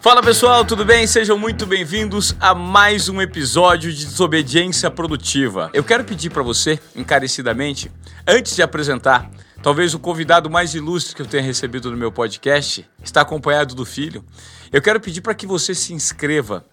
Fala pessoal, tudo bem? Sejam muito bem-vindos a mais um episódio de Desobediência Produtiva. Eu quero pedir para você, encarecidamente, antes de apresentar, talvez o convidado mais ilustre que eu tenha recebido no meu podcast, está acompanhado do filho, eu quero pedir para que você se inscreva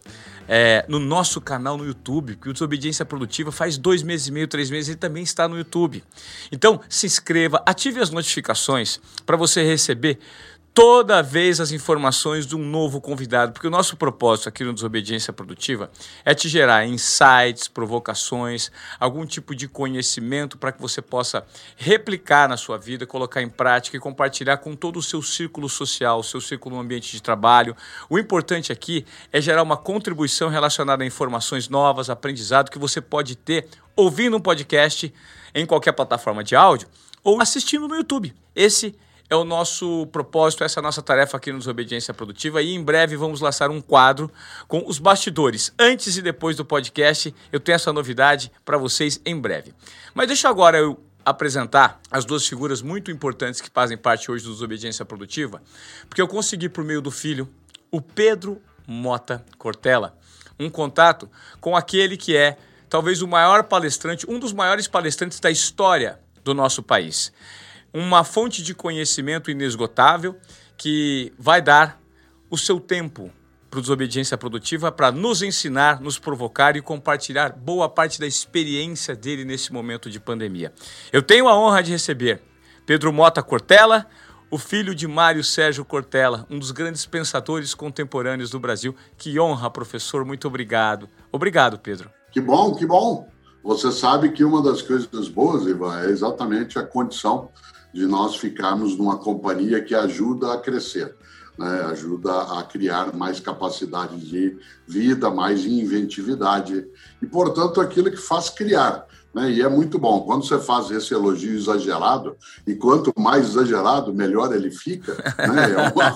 no nosso canal no YouTube, que o Desobediência Produtiva faz 2 meses e meio, 3 meses, ele também está no YouTube. Então, se inscreva, ative as notificações para você receber toda vez as informações de um novo convidado, porque o nosso propósito aqui no Desobediência Produtiva é te gerar insights, provocações, algum tipo de conhecimento para que você possa replicar na sua vida, colocar em prática e compartilhar com todo o seu círculo social, o seu círculo no ambiente de trabalho. O importante aqui é gerar uma contribuição relacionada a informações novas, aprendizado que você pode ter ouvindo um podcast em qualquer plataforma de áudio ou assistindo no YouTube. Esse é o nosso propósito, essa é a nossa tarefa aqui no Desobediência Produtiva e em breve vamos lançar um quadro com os bastidores. Antes e depois do podcast, eu tenho essa novidade para vocês em breve. Mas deixa agora eu apresentar as 2 figuras muito importantes que fazem parte hoje do Desobediência Produtiva, porque eu consegui, por meio do filho, o Pedro Mota Cortella, um contato com aquele que é talvez o maior palestrante, um dos maiores palestrantes da história do nosso país. Uma fonte de conhecimento inesgotável que vai dar o seu tempo para o Desobediência Produtiva para nos ensinar, nos provocar e compartilhar boa parte da experiência dele nesse momento de pandemia. Eu tenho a honra de receber Pedro Mota Cortella, o filho de Mário Sérgio Cortella, um dos grandes pensadores contemporâneos do Brasil. Que honra, professor, muito obrigado. Obrigado, Pedro. Que bom, que bom. Você sabe que uma das coisas boas, Ivan, é exatamente a condição de nós ficarmos numa companhia que ajuda a crescer, né? Ajuda a criar mais capacidade de vida, mais inventividade e, portanto, aquilo que faz criar, né? E é muito bom. Quando você faz esse elogio exagerado, e quanto mais exagerado, melhor ele fica, né?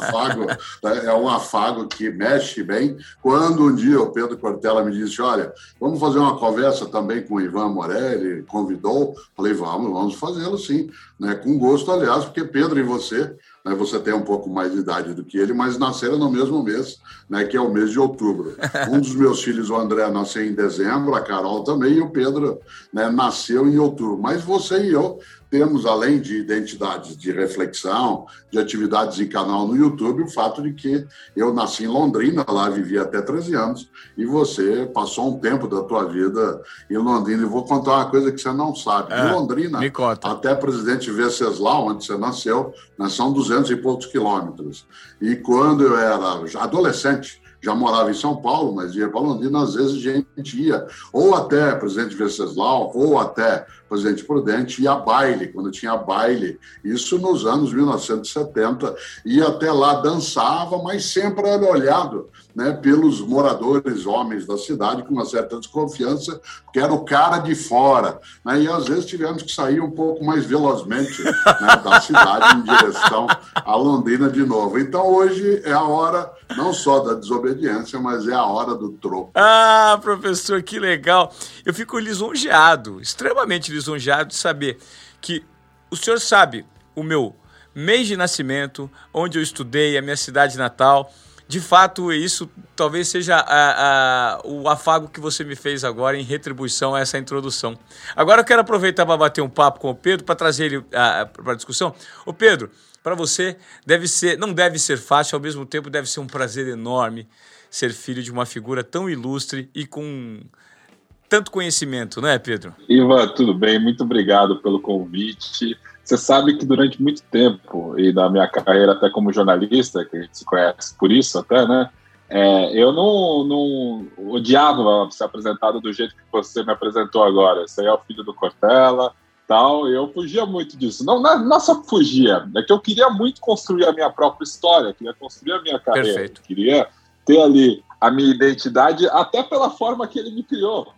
É um afago que mexe bem. Quando um dia o Pedro Cortella me disse, olha, vamos fazer uma conversa também com o Ivan Morelli, convidou, falei, vamos fazê-lo sim, né? Com gosto, aliás, porque Pedro e você, né, você tem um pouco mais de idade do que ele, mas nasceram no mesmo mês, né, que é o mês de outubro. Um dos meus filhos, o André, nasceu em dezembro, a Carol também, e o Pedro, né, nasceu em outubro. Mas você e eu temos, além de identidades de reflexão, de atividades em canal no YouTube, o fato de que eu nasci em Londrina, lá vivi até 13 anos, e você passou um tempo da tua vida em Londrina. E vou contar uma coisa que você não sabe. De Londrina até Presidente Venceslau, onde você nasceu, né, são 200 e poucos quilômetros. E quando eu era adolescente, já morava em São Paulo, mas ia para Londrina, às vezes a gente ia ou até Presidente Venceslau, ou até Presidente Prudente, ia a baile, quando tinha baile, isso nos anos 1970, ia até lá, dançava, mas sempre era olhado, né, pelos moradores, homens da cidade, com uma certa desconfiança, porque era o cara de fora, né, e às vezes tivemos que sair um pouco mais velozmente, né, da cidade em direção a Londrina de novo. Então hoje é a hora, não só da desobediência, mas é a hora do troco. Ah, professor, que legal. Eu fico lisonjeado, extremamente lisonjeado de saber que o senhor sabe o meu mês de nascimento, onde eu estudei, a minha cidade natal. De fato, isso talvez seja o afago que você me fez agora em retribuição a essa introdução. Agora eu quero aproveitar para bater um papo com o Pedro, para trazer ele para a discussão. Ô Pedro, para você não deve ser fácil, ao mesmo tempo deve ser um prazer enorme ser filho de uma figura tão ilustre e com tanto conhecimento, não é, Pedro? Ivan, tudo bem? Muito obrigado pelo convite. Você sabe que durante muito tempo, e da minha carreira até como jornalista, que a gente se conhece por isso até, né? Eu não odiava ser apresentado do jeito que você me apresentou agora. Você é o filho do Cortella, tal. Eu fugia muito disso. Não só fugia, é que eu queria muito construir a minha própria história, queria construir a minha carreira. Perfeito. Queria ter ali a minha identidade, até pela forma que ele me criou,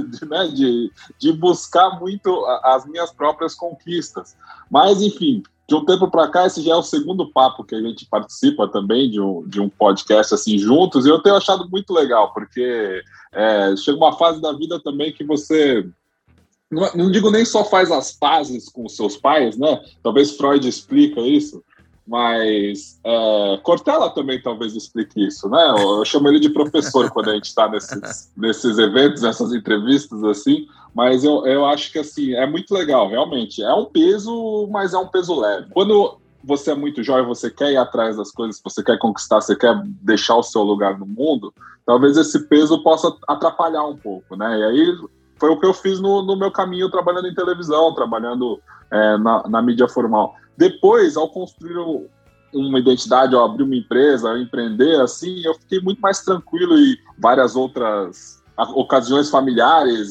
de buscar muito as minhas próprias conquistas. Mas, enfim, de um tempo para cá, esse já é o segundo papo que a gente participa também de um podcast assim juntos, e eu tenho achado muito legal, porque chega uma fase da vida também que você, não digo nem só faz as pazes com os seus pais, né? Talvez Freud explica isso, Mas Cortella também talvez explique isso, né? Eu chamo ele de professor quando a gente está nesses eventos, nessas entrevistas, assim. Mas eu acho que, assim, é muito legal, realmente. É um peso, mas é um peso leve. Quando você é muito jovem, você quer ir atrás das coisas, você quer conquistar, você quer deixar o seu lugar no mundo, talvez esse peso possa atrapalhar um pouco, né? E aí foi o que eu fiz no meu caminho, trabalhando em televisão, trabalhando na mídia formal. Depois, ao construir uma identidade, ao abrir uma empresa, ao empreender, assim, eu fiquei muito mais tranquilo e várias outras ocasiões familiares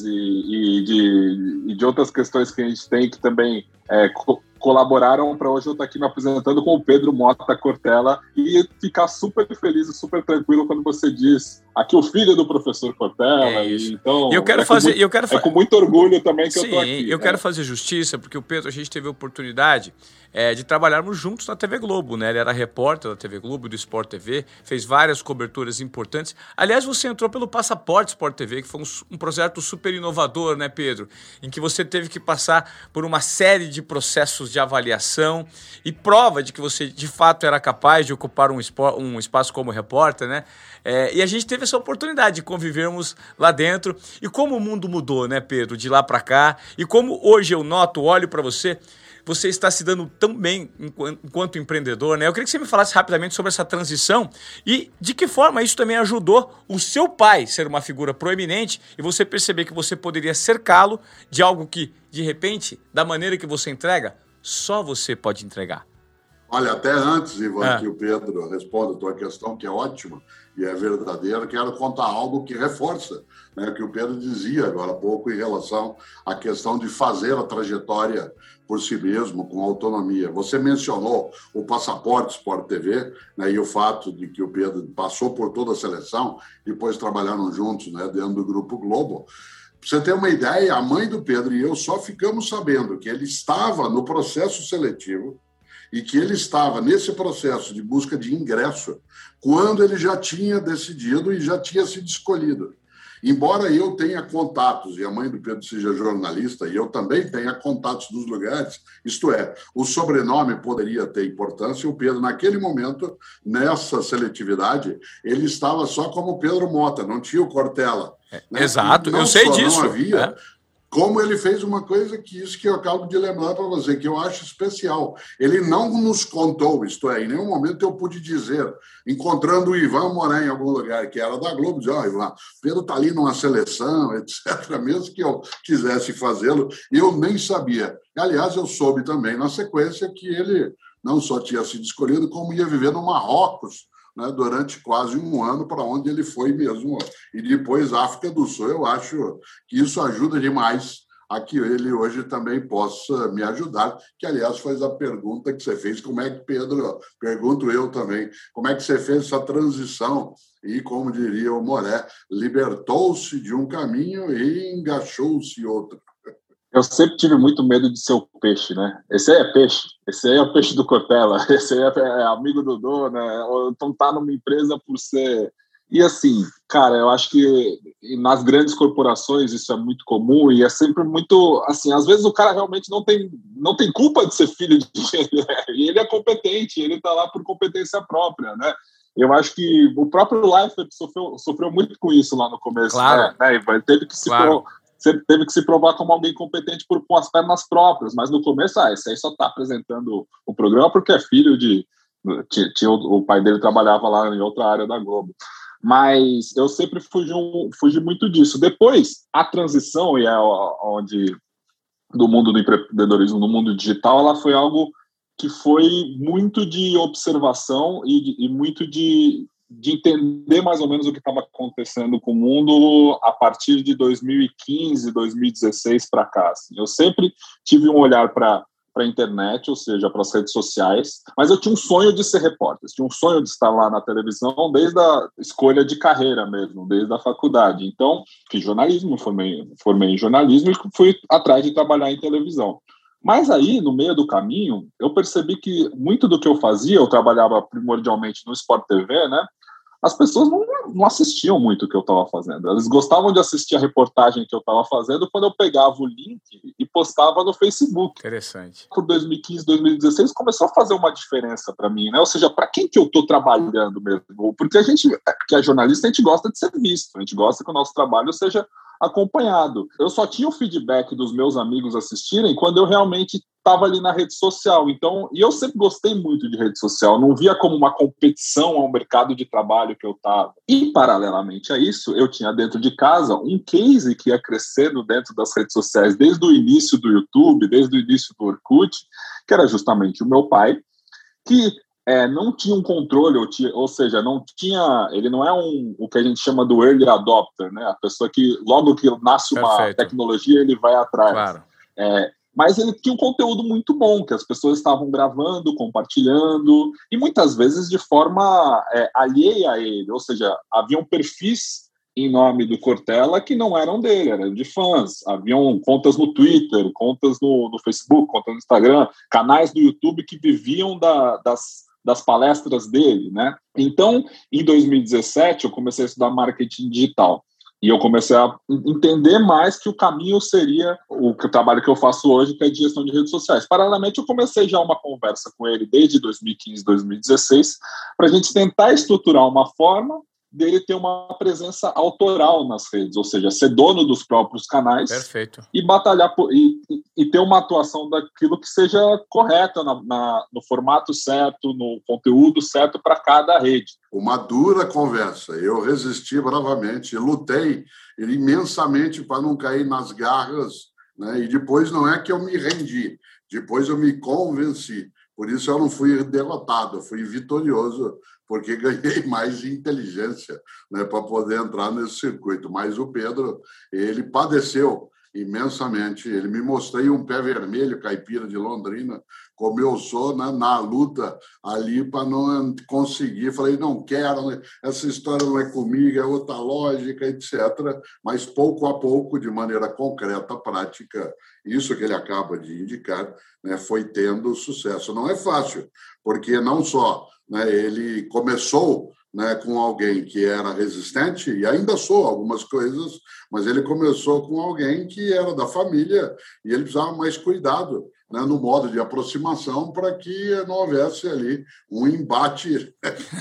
e de outras questões que a gente tem que também colaboraram para hoje eu estar aqui me apresentando com o Pedro Mota Cortella e ficar super feliz e super tranquilo quando você diz aqui o filho do professor Cortella. Então, eu quero com muito orgulho também que eu estou aqui. Eu quero fazer justiça, porque o Pedro, a gente teve a oportunidade de trabalharmos juntos na TV Globo, né? Ele era repórter da TV Globo, do Sport TV, fez várias coberturas importantes. Aliás, você entrou pelo Passaporte Sport TV, que foi um projeto super inovador, né, Pedro? Em que você teve que passar por uma série de processos de avaliação e prova de que você, de fato, era capaz de ocupar um espaço como repórter, né? E a gente teve essa oportunidade de convivermos lá dentro. E como o mundo mudou, né, Pedro, de lá para cá. E como hoje eu noto, olho para você está se dando tão bem enquanto empreendedor, né? Eu queria que você me falasse rapidamente sobre essa transição e de que forma isso também ajudou o seu pai ser uma figura proeminente e você perceber que você poderia cercá-lo de algo que, de repente, da maneira que você entrega, só você pode entregar. Olha, até antes, Ivan, que o Pedro responda a tua questão, que é ótima e é verdadeira, quero contar algo que reforça, né, o que o Pedro dizia agora há pouco em relação à questão de fazer a trajetória por si mesmo, com autonomia. Você mencionou o Passaporte Sport TV, né, e o fato de que o Pedro passou por toda a seleção, depois trabalharam juntos, né, dentro do Grupo Globo. Para você ter uma ideia, a mãe do Pedro e eu só ficamos sabendo que ele estava no processo seletivo e que ele estava nesse processo de busca de ingresso quando ele já tinha decidido e já tinha sido escolhido. Embora eu tenha contatos, e a mãe do Pedro seja jornalista, e eu também tenha contatos dos lugares, isto é, o sobrenome poderia ter importância, o Pedro, naquele momento, nessa seletividade, ele estava só como Pedro Mota, não tinha o Cortella. Né? Exato, eu sei disso. Não havia... Como ele fez uma coisa que eu acabo de lembrar para você, que eu acho especial. Ele não nos contou, isto é, em nenhum momento eu pude dizer, encontrando o Ivan Moran em algum lugar, que era da Globo, dizer, Ivan, Pedro está ali numa seleção, etc., mesmo que eu quisesse fazê-lo, eu nem sabia. Aliás, eu soube também, na sequência, que ele não só tinha sido escolhido, como ia viver no Marrocos, né, durante quase um ano, para onde ele foi mesmo. E depois África do Sul. Eu acho que isso ajuda demais a que ele hoje também possa me ajudar, que, aliás, foi a pergunta que você fez. Como é que, Pedro, pergunto eu também, como é que você fez essa transição e, como diria o Moré, libertou-se de um caminho e engaixou-se outro? Eu sempre tive muito medo de ser o peixe, né? Esse aí é peixe, esse aí é o peixe do Cortella, esse aí é amigo do dono, né? Ou então tá numa empresa por ser... E assim, cara, eu acho que nas grandes corporações isso é muito comum e é sempre muito... Assim, às vezes o cara realmente não tem culpa de ser filho de gente, né? E ele é competente, ele tá lá por competência própria, né? Eu acho que o próprio Leifert sofreu muito com isso lá no começo, claro. Né? Ele teve que se... Claro. Você teve que se provar como alguém competente com as pernas próprias, mas no começo, esse aí só está apresentando o programa porque é filho de... o pai dele trabalhava lá em outra área da Globo. Mas eu sempre fugi muito disso. Depois, a transição, e é onde do mundo do empreendedorismo, no mundo digital, ela foi algo que foi muito de observação e muito de entender mais ou menos o que estava acontecendo com o mundo a partir de 2015, 2016 para cá. Assim. Eu sempre tive um olhar para a internet, ou seja, para as redes sociais, mas eu tinha um sonho de ser repórter, tinha um sonho de estar lá na televisão desde a escolha de carreira mesmo, desde a faculdade. Então, fiz jornalismo, formei em jornalismo e fui atrás de trabalhar em televisão. Mas aí, no meio do caminho, eu percebi que muito do que eu fazia, eu trabalhava primordialmente no Sport TV, né? as pessoas não assistiam muito o que eu estava fazendo. Eles gostavam de assistir a reportagem que eu estava fazendo quando eu pegava o link e postava no Facebook. Interessante. Por 2015, 2016, começou a fazer uma diferença para mim, né? Ou seja, para quem que eu estou trabalhando mesmo? Porque a gente, que é jornalista, a gente gosta de ser visto, a gente gosta que o nosso trabalho seja acompanhado. Eu só tinha o feedback dos meus amigos assistirem quando eu realmente estava ali na rede social. Então, e eu sempre gostei muito de rede social, não via como uma competição ao mercado de trabalho que eu estava. E, paralelamente a isso, eu tinha dentro de casa um case que ia crescendo dentro das redes sociais, desde o início do YouTube, desde o início do Orkut, que era justamente o meu pai, que não tinha um controle, ou seja, ele não é o que a gente chama do early adopter, né? A pessoa que logo que nasce uma tecnologia, ele vai atrás. Claro. Mas ele tinha um conteúdo muito bom, que as pessoas estavam gravando, compartilhando, e muitas vezes de forma alheia a ele, ou seja, haviam perfis em nome do Cortella que não eram dele, eram de fãs. Haviam contas no Twitter, contas no Facebook, contas no Instagram, canais do YouTube que viviam das palestras dele, né? Então, em 2017, eu comecei a estudar marketing digital. E eu comecei a entender mais que o caminho seria o trabalho que eu faço hoje, que é de gestão de redes sociais. Paralelamente, eu comecei já uma conversa com ele desde 2015, 2016, para a gente tentar estruturar uma forma dele ter uma presença autoral nas redes, ou seja, ser dono dos próprios canais. Perfeito. E batalhar e ter uma atuação daquilo que seja correta no formato certo, no conteúdo certo para cada rede. Uma dura conversa. Eu resisti bravamente, lutei imensamente para não cair nas garras, né? E depois não é que eu me rendi, depois eu me convenci. Por isso eu não fui derrotado, eu fui vitorioso, porque ganhei mais inteligência, né, para poder entrar nesse circuito. Mas o Pedro, ele padeceu imensamente. Ele me mostrou um pé vermelho, caipira de Londrina, como eu sou, né, na luta ali para não conseguir. Falei, não quero, essa história não é comigo, é outra lógica, etc. Mas pouco a pouco, de maneira concreta, prática, isso que ele acaba de indicar, né, foi tendo sucesso. Não é fácil, porque não só, né, ele começou, né, com alguém que era resistente, e ainda sou algumas coisas, mas ele começou com alguém que era da família e ele precisava mais cuidado, né, no modo de aproximação para que não houvesse ali um embate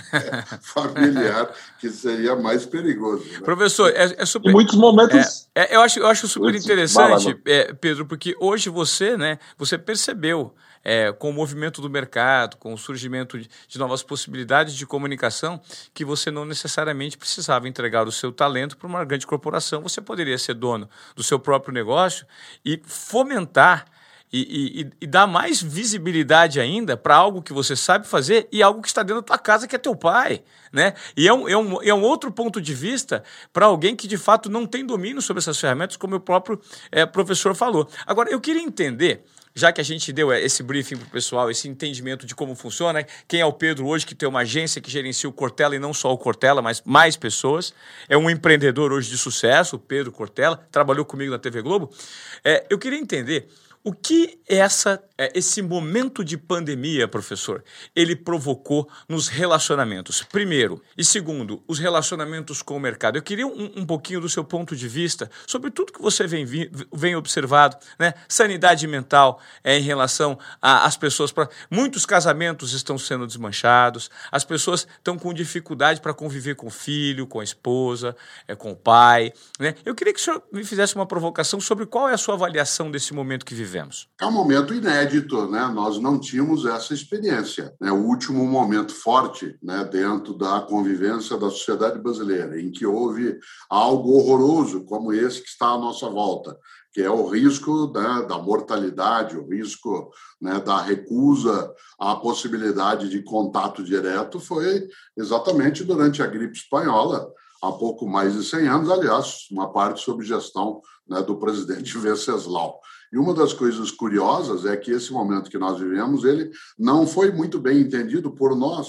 familiar que seria mais perigoso. Né? Professor, é super... Em muitos momentos... eu acho super interessante, Pedro, porque hoje você, né, você percebeu com o movimento do mercado, com o surgimento de novas possibilidades de comunicação, que você não necessariamente precisava entregar o seu talento para uma grande corporação. Você poderia ser dono do seu próprio negócio e fomentar e dar mais visibilidade ainda para algo que você sabe fazer e algo que está dentro da tua casa, que é teu pai, né? E é um outro ponto de vista para alguém que, de fato, não tem domínio sobre essas ferramentas, como o próprio professor falou. Agora, eu queria entender, já que a gente deu esse briefing para o pessoal, esse entendimento de como funciona, quem é o Pedro hoje, que tem uma agência que gerencia o Cortella, e não só o Cortella, mas mais pessoas, é um empreendedor hoje de sucesso, o Pedro Cortella, trabalhou comigo na TV Globo. Eu queria entender o que esse momento de pandemia, professor, ele provocou nos relacionamentos, primeiro. E segundo, os relacionamentos com o mercado. Eu queria um pouquinho do seu ponto de vista sobre tudo que você vem observado, né? Sanidade mental em relação às pessoas. Muitos casamentos estão sendo desmanchados, as pessoas estão com dificuldade para conviver com o filho, com a esposa, com o pai, né? Eu queria que o senhor me fizesse uma provocação sobre qual é a sua avaliação desse momento que vivemos. É um momento inédito, né? Nós não tínhamos essa experiência. Né? O último momento forte, né, dentro da convivência da sociedade brasileira, em que houve algo horroroso como esse que está à nossa volta, que é o risco, né, da mortalidade, o risco, né, da recusa à possibilidade de contato direto, foi exatamente durante a gripe espanhola, há pouco mais de 100 anos, aliás, uma parte sob gestão, né, do presidente Venceslau. E uma das coisas curiosas é que esse momento que nós vivemos, ele não foi muito bem entendido por nós,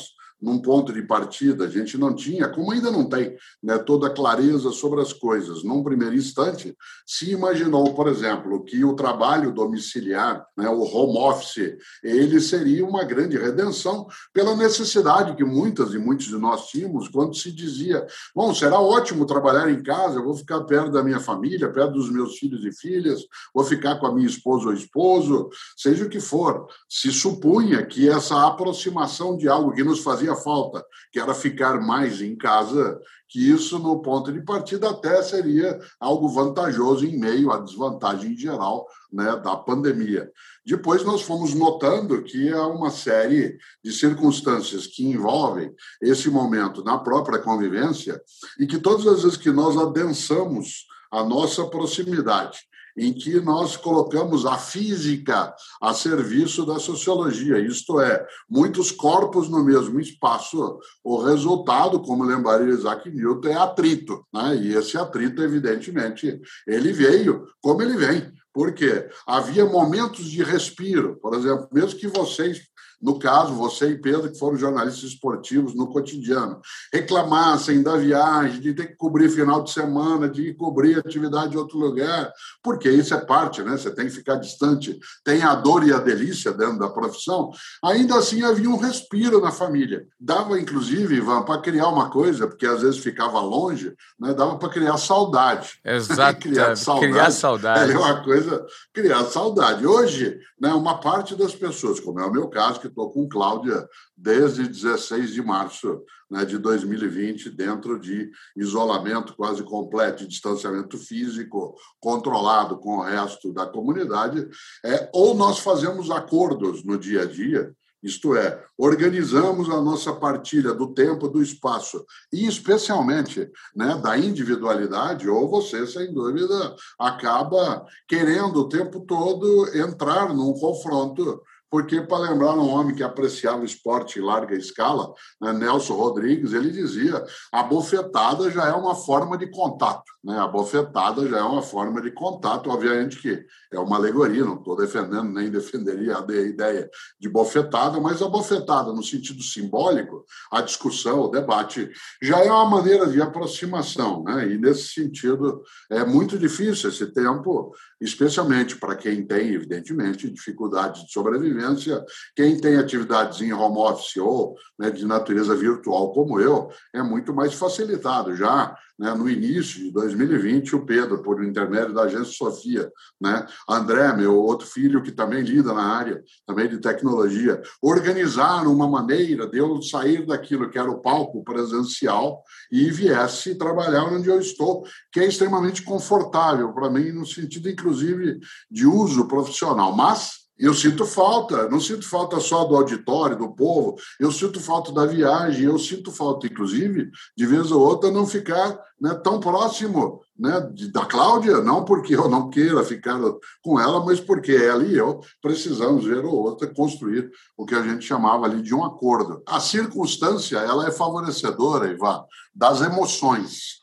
num ponto de partida, a gente não tinha, como ainda não tem, né, toda a clareza sobre as coisas. Num primeiro instante, se imaginou, por exemplo, que o trabalho domiciliar, né, o home office, ele seria uma grande redenção pela necessidade que muitas e muitos de nós tínhamos quando se dizia, bom, será ótimo trabalhar em casa, eu vou ficar perto da minha família, perto dos meus filhos e filhas, vou ficar com a minha esposa ou esposo, seja o que for. Se supunha que essa aproximação de algo que nos fazia falta, que era ficar mais em casa, que isso, no ponto de partida, até seria algo vantajoso em meio à desvantagem geral, né, da pandemia. Depois nós fomos notando que há uma série de circunstâncias que envolvem esse momento na própria convivência e que todas as vezes que nós adensamos a nossa proximidade, em que nós colocamos a física a serviço da sociologia, isto é, muitos corpos no mesmo espaço, o resultado, como lembraria Isaac Newton, é atrito, né? E esse atrito, evidentemente, ele veio como ele vem, porque havia momentos de respiro, por exemplo, mesmo que vocês, no caso, você e Pedro, que foram jornalistas esportivos no cotidiano, reclamassem da viagem, de ter que cobrir final de semana, de cobrir atividade em outro lugar, porque isso é parte, né? Você tem que ficar distante, tem a dor e a delícia dentro da profissão. Ainda assim, havia um respiro na família. Dava, inclusive, Ivan, para criar uma coisa, porque às vezes ficava longe, né? Dava para criar saudade. Exato, criar saudade. É uma coisa, criar saudade. Hoje, né, uma parte das pessoas, como é o meu caso, que estou com Cláudia desde 16 de março, né, de 2020, dentro de isolamento quase completo, de distanciamento físico controlado com o resto da comunidade, ou nós fazemos acordos no dia a dia, isto é, organizamos a nossa partilha do tempo, do espaço e, especialmente, né, da individualidade, ou você, sem dúvida, acaba querendo o tempo todo entrar num confronto. Porque, para lembrar um homem que apreciava o esporte em larga escala, né, Nelson Rodrigues, ele dizia a bofetada já é uma forma de contato. Né? A bofetada já é uma forma de contato, obviamente que é uma alegoria, não estou defendendo, nem defenderia a ideia de bofetada, mas a bofetada, no sentido simbólico, a discussão, o debate, já é uma maneira de aproximação. Né? E, nesse sentido, é muito difícil esse tempo, especialmente para quem tem, evidentemente, dificuldade de sobrevivência. Quem tem atividades em home office ou, né, de natureza virtual como eu, é muito mais facilitado. Já, né, no início de 2020, o Pedro, por intermédio da agência Sofia, né, André, meu outro filho, que também lida na área também de tecnologia, organizaram uma maneira de eu sair daquilo que era o palco presencial e viesse trabalhar onde eu estou, que é extremamente confortável para mim, no sentido, inclusive, de uso profissional. Mas eu sinto falta, não sinto falta só do auditório, do povo, eu sinto falta da viagem, eu sinto falta, inclusive, de vez ou outra, não ficar, né, tão próximo, né, da Cláudia, não porque eu não queira ficar com ela, mas porque ela e eu precisamos, ver ou outra, construir o que a gente chamava ali de um acordo. A circunstância, ela é favorecedora, Ivan, das emoções,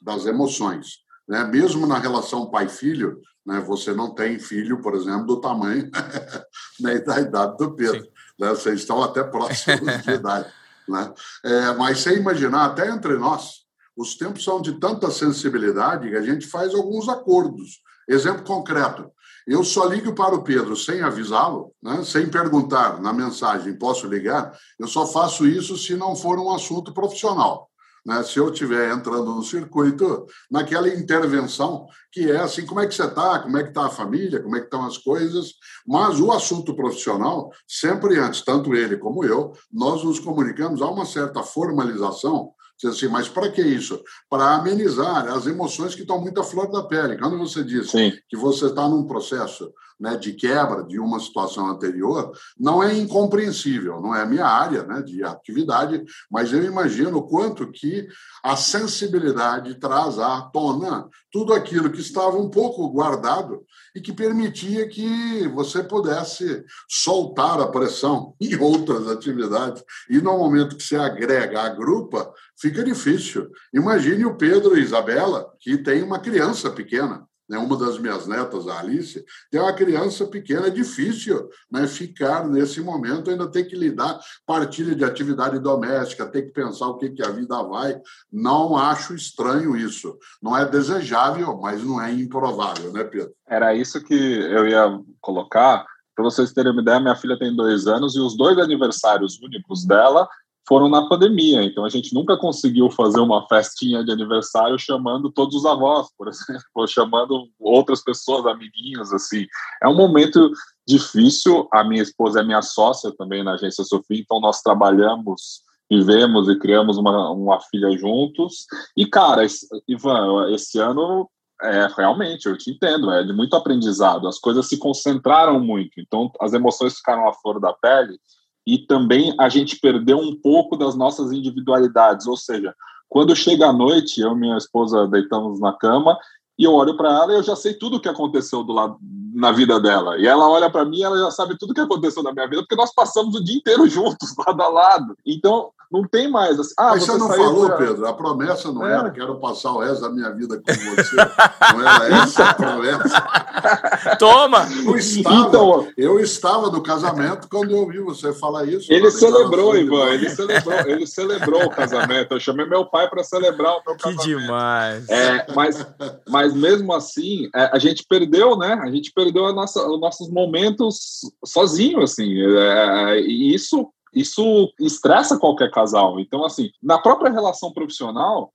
né? Mesmo na relação pai-filho, né, você não tem filho, por exemplo, do tamanho nem da idade do Pedro. Né? Vocês estão até próximos de idade. Né? Mas sem imaginar, até entre nós, os tempos são de tanta sensibilidade que a gente faz alguns acordos. Exemplo concreto, eu só ligo para o Pedro sem avisá-lo, né, sem perguntar na mensagem, posso ligar? Eu só faço isso se não for um assunto profissional. Né, se eu estiver entrando no circuito, naquela intervenção que é assim, como é que você está, como é que está a família, como é que estão as coisas, mas o assunto profissional, sempre antes, tanto ele como eu, nós nos comunicamos, há uma certa formalização, assim, mas para que isso? Para amenizar as emoções que estão muito à flor da pele. Quando você diz que você está num processo, né, de quebra de uma situação anterior, não é incompreensível, não é a minha área, né, de atividade, mas eu imagino o quanto que a sensibilidade traz à tona tudo aquilo que estava um pouco guardado e que permitia que você pudesse soltar a pressão em outras atividades. E no momento que você agrega, agrupa, fica difícil. Imagine o Pedro e Isabela, que tem uma criança pequena. né? Uma das minhas netas, a Alice, tem uma criança pequena, é difícil, né, ficar nesse momento, ainda tem que lidar, partilha de atividade doméstica, tem que pensar o que a vida vai. Não acho estranho isso. Não é desejável, mas não é improvável, né, Pedro? Era isso que eu ia colocar. Para vocês terem uma ideia, minha filha tem 2 anos e os 2 aniversários únicos dela foram na pandemia. Então, a gente nunca conseguiu fazer uma festinha de aniversário chamando todos os avós, por exemplo, chamando outras pessoas, amiguinhos, assim. É um momento difícil. A minha esposa é minha sócia também na Agência Sofia, então nós trabalhamos, vivemos e criamos uma filha juntos. E, cara, Ivan, esse ano... realmente, eu te entendo, é de muito aprendizado, as coisas se concentraram muito, então as emoções ficaram à flor da pele e também a gente perdeu um pouco das nossas individualidades, ou seja, quando chega a noite, eu e minha esposa deitamos na cama e eu olho para ela e eu já sei tudo o que aconteceu do lado na vida dela, e ela olha para mim e ela já sabe tudo o que aconteceu na minha vida, porque nós passamos o dia inteiro juntos, lado a lado, então não tem mais assim, mas você não falou, Pedro, a promessa não era quero passar o resto da minha vida com você, não era essa a promessa. Toma! Eu estava no casamento quando eu ouvi você falar isso. Ele celebrou, Ivan, ele celebrou o casamento, eu chamei meu pai para celebrar o meu casamento. Que demais! Mas mesmo assim, a gente perdeu, né? A gente perdeu os nossos momentos sozinho, assim, e isso estressa qualquer casal. Então, assim, na própria relação profissional,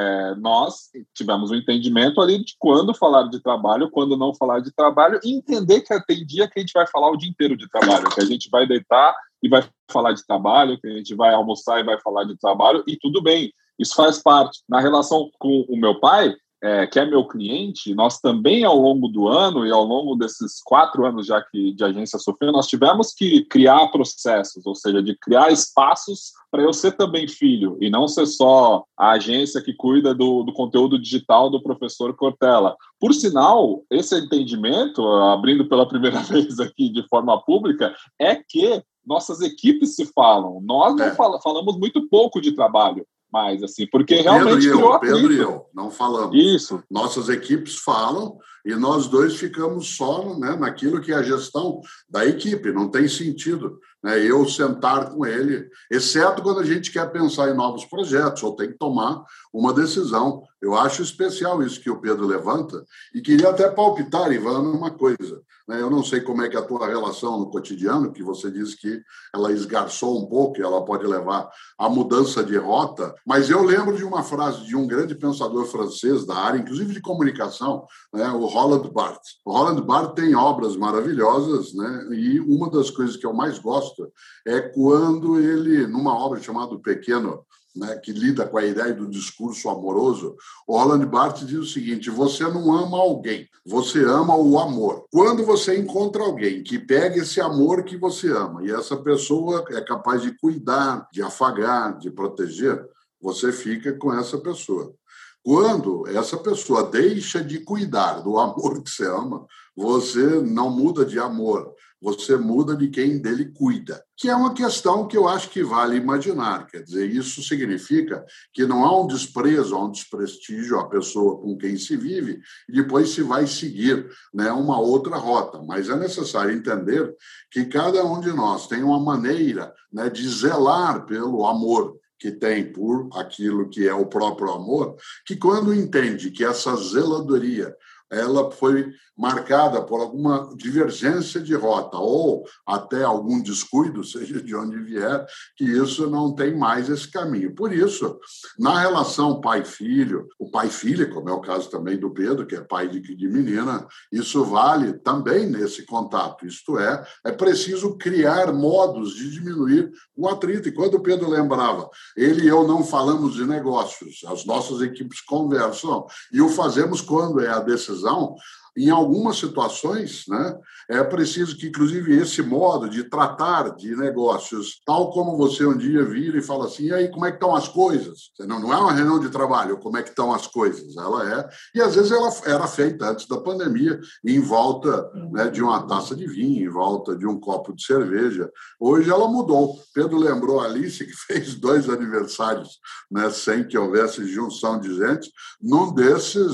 nós tivemos um entendimento ali de quando falar de trabalho, quando não falar de trabalho, e entender que tem dia que a gente vai falar o dia inteiro de trabalho, que a gente vai deitar e vai falar de trabalho, que a gente vai almoçar e vai falar de trabalho, e tudo bem, isso faz parte. Na relação com o meu pai, que é meu cliente, nós também ao longo do ano e ao longo desses 4 anos já que de Agência Sofia, nós tivemos que criar processos, ou seja, de criar espaços para eu ser também filho e não ser só a agência que cuida do conteúdo digital do professor Cortella. Por sinal, esse entendimento, abrindo pela primeira vez aqui de forma pública, é que nossas equipes se falam. Nós não falamos muito pouco de trabalho. Mas, assim, porque realmente criou atrito. Pedro e eu não falamos. Isso. Nossas equipes falam e nós dois ficamos só, né, naquilo que é a gestão da equipe. Não tem sentido, né, eu sentar com ele, exceto quando a gente quer pensar em novos projetos ou tem que tomar uma decisão. Eu acho especial isso que o Pedro levanta e queria até palpitar, Ivan, uma coisa. Eu não sei como é que é a tua relação no cotidiano, que você disse que ela esgarçou um pouco e ela pode levar à mudança de rota, mas eu lembro de uma frase de um grande pensador francês da área, inclusive de comunicação, né, o Roland Barthes. O Roland Barthes tem obras maravilhosas, né, e uma das coisas que eu mais gosto é quando ele, numa obra chamada O Pequeno, né, que lida com a ideia do discurso amoroso, o Roland Barthes diz o seguinte: você não ama alguém, você ama o amor. Quando você encontra alguém que pega esse amor que você ama e essa pessoa é capaz de cuidar, de afagar, de proteger, você fica com essa pessoa. Quando essa pessoa deixa de cuidar do amor que você ama, você não muda de amor, você muda de quem dele cuida, que é uma questão que eu acho que vale imaginar. Quer dizer, isso significa que não há um desprezo, há um desprestígio à pessoa com quem se vive e depois se vai seguir, né, uma outra rota. Mas é necessário entender que cada um de nós tem uma maneira, né, de zelar pelo amor que tem por aquilo que é o próprio amor, que quando entende que essa zeladoria ela foi marcada por alguma divergência de rota ou até algum descuido, seja de onde vier, que isso não tem mais esse caminho. Por isso, na relação pai-filho, o pai-filha, como é o caso também do Pedro, que é pai de menina, isso vale também nesse contato. Isto é preciso criar modos de diminuir o atrito. E quando o Pedro lembrava, ele e eu não falamos de negócios, as nossas equipes conversam, e o fazemos quando é a decisão. Em algumas situações, né, é preciso que, inclusive, esse modo de tratar de negócios, tal como você um dia vira e fala assim, e aí, como é que estão as coisas? Não é uma reunião de trabalho, como é que estão as coisas? Ela é, e às vezes ela era feita antes da pandemia, em volta, né, de uma taça de vinho, em volta de um copo de cerveja. Hoje ela mudou. Pedro lembrou a Alice, que fez 2 aniversários, né, sem que houvesse junção de gente, num desses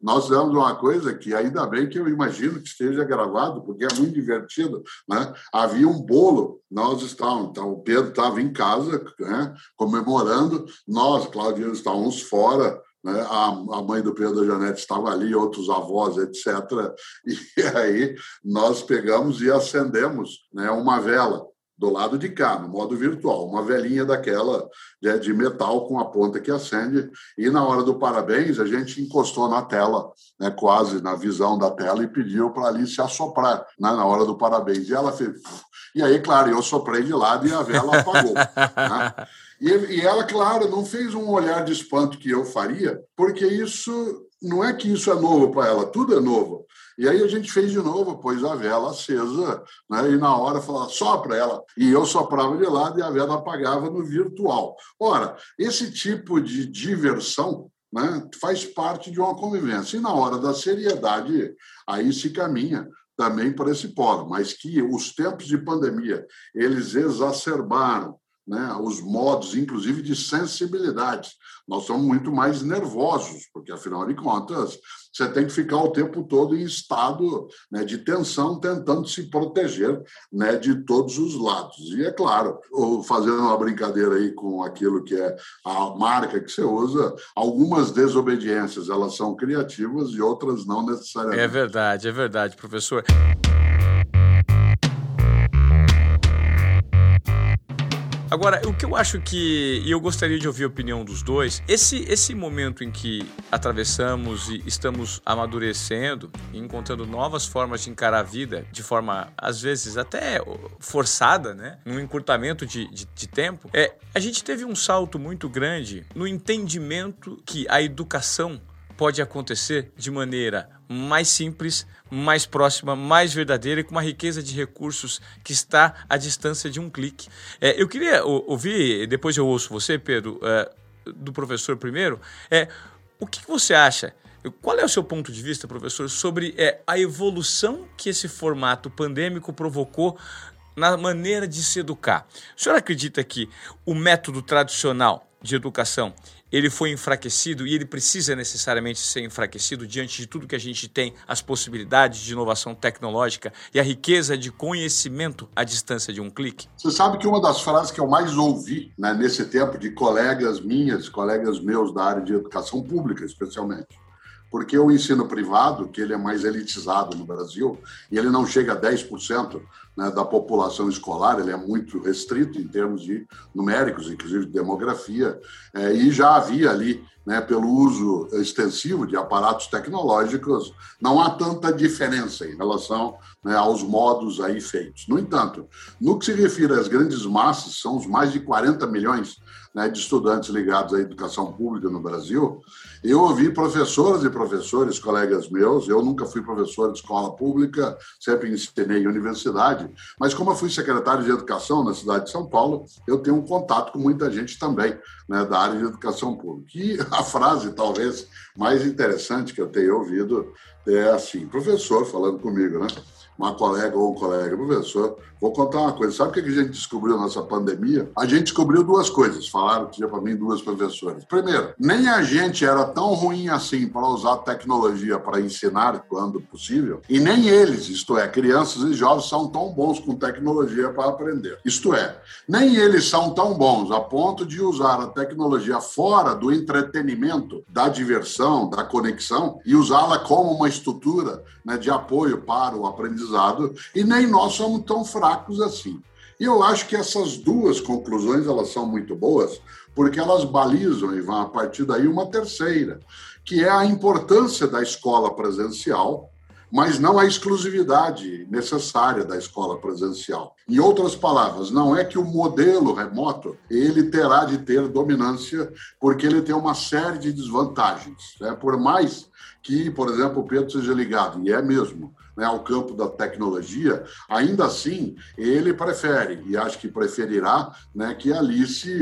nós fizemos uma coisa que ainda bem que eu imagino que esteja gravado, porque é muito divertido, né? Havia um bolo, nós estávamos, então o Pedro estava em casa, né, comemorando, nós, Claudio, estávamos fora, né? A mãe do Pedro, a Janete, estava ali, outros avós, etc. E aí nós pegamos e acendemos, né, uma vela do lado de cá, no modo virtual, uma velinha daquela de metal com a ponta que acende, e na hora do parabéns a gente encostou na tela, né, quase na visão da tela, e pediu para ali se assoprar, né, na hora do parabéns. E ela fez... E aí, claro, eu soprei de lado e a vela apagou. Né? E ela, claro, não fez um olhar de espanto que eu faria, porque isso não é que isso é novo para ela, tudo é novo. E aí a gente fez de novo, pôs a vela acesa, né, e na hora falava, sopra ela. E eu soprava de lado e a vela apagava no virtual. Ora, esse tipo de diversão, né, faz parte de uma convivência. E na hora da seriedade, aí se caminha também para esse polo. Mas que os tempos de pandemia, eles exacerbaram, né, os modos, inclusive, de sensibilidade. Nós somos muito mais nervosos, porque, afinal de contas, você tem que ficar o tempo todo em estado, né, de tensão, tentando se proteger, né, de todos os lados. E, é claro, fazendo uma brincadeira aí com aquilo que é a marca que você usa, algumas desobediências, elas são criativas e outras não necessariamente. É verdade, professor. Agora, o que eu acho que, e eu gostaria de ouvir a opinião dos dois, esse momento em que atravessamos e estamos amadurecendo e encontrando novas formas de encarar a vida, de forma, às vezes, até forçada, né? Num encurtamento de tempo, a gente teve um salto muito grande no entendimento que a educação pode acontecer de maneira mais simples, mais próxima, mais verdadeira e com uma riqueza de recursos que está à distância de um clique. Eu queria ouvir, depois eu ouço você, Pedro, do professor primeiro, o que você acha? Qual é o seu ponto de vista, professor, sobre a evolução que esse formato pandêmico provocou na maneira de se educar? O senhor acredita que o método tradicional de educação ele foi enfraquecido e ele precisa necessariamente ser enfraquecido diante de tudo que a gente tem, as possibilidades de inovação tecnológica e a riqueza de conhecimento à distância de um clique? Você sabe que uma das frases que eu mais ouvi, né, nesse tempo de colegas meus da área de educação pública, especialmente, porque o ensino privado, que ele é mais elitizado no Brasil, e ele não chega a 10%, né, da população escolar, ele é muito restrito em termos de numéricos, inclusive de demografia, e já havia ali, né, pelo uso extensivo de aparatos tecnológicos, não há tanta diferença em relação, né, aos modos aí feitos. No entanto, no que se refere às grandes massas, são os mais de 40 milhões, né, de estudantes ligados à educação pública no Brasil, eu ouvi professoras e professores, colegas meus, eu nunca fui professor de escola pública, sempre ensinei em universidade, mas como eu fui secretário de educação na cidade de São Paulo, eu tenho um contato com muita gente também, né, da área de educação pública. E a frase talvez mais interessante que eu tenho ouvido é assim, professor falando comigo, né? Uma colega ou um colega, professor, vou contar uma coisa. Sabe o que a gente descobriu nessa pandemia? A gente descobriu duas coisas. Falaram para mim duas professoras. Primeiro, nem a gente era tão ruim assim para usar tecnologia para ensinar quando possível, e nem eles, isto é, crianças e jovens, são tão bons com tecnologia para aprender. Isto é, nem eles são tão bons a ponto de usar a tecnologia fora do entretenimento, da diversão, da conexão, e usá-la como uma estrutura, né, de apoio para o aprendizado, e nem nós somos tão fracos assim. E eu acho que essas duas conclusões elas são muito boas, porque elas balizam, e vão a partir daí, uma terceira, que é a importância da escola presencial, mas não a exclusividade necessária da escola presencial. Em outras palavras, não é que o modelo remoto ele terá de ter dominância, porque ele tem uma série de desvantagens, né? Por mais que, por exemplo, o Pedro seja ligado, e é mesmo, né, ao campo da tecnologia, ainda assim, ele prefere, e acho que preferirá, né, que ali se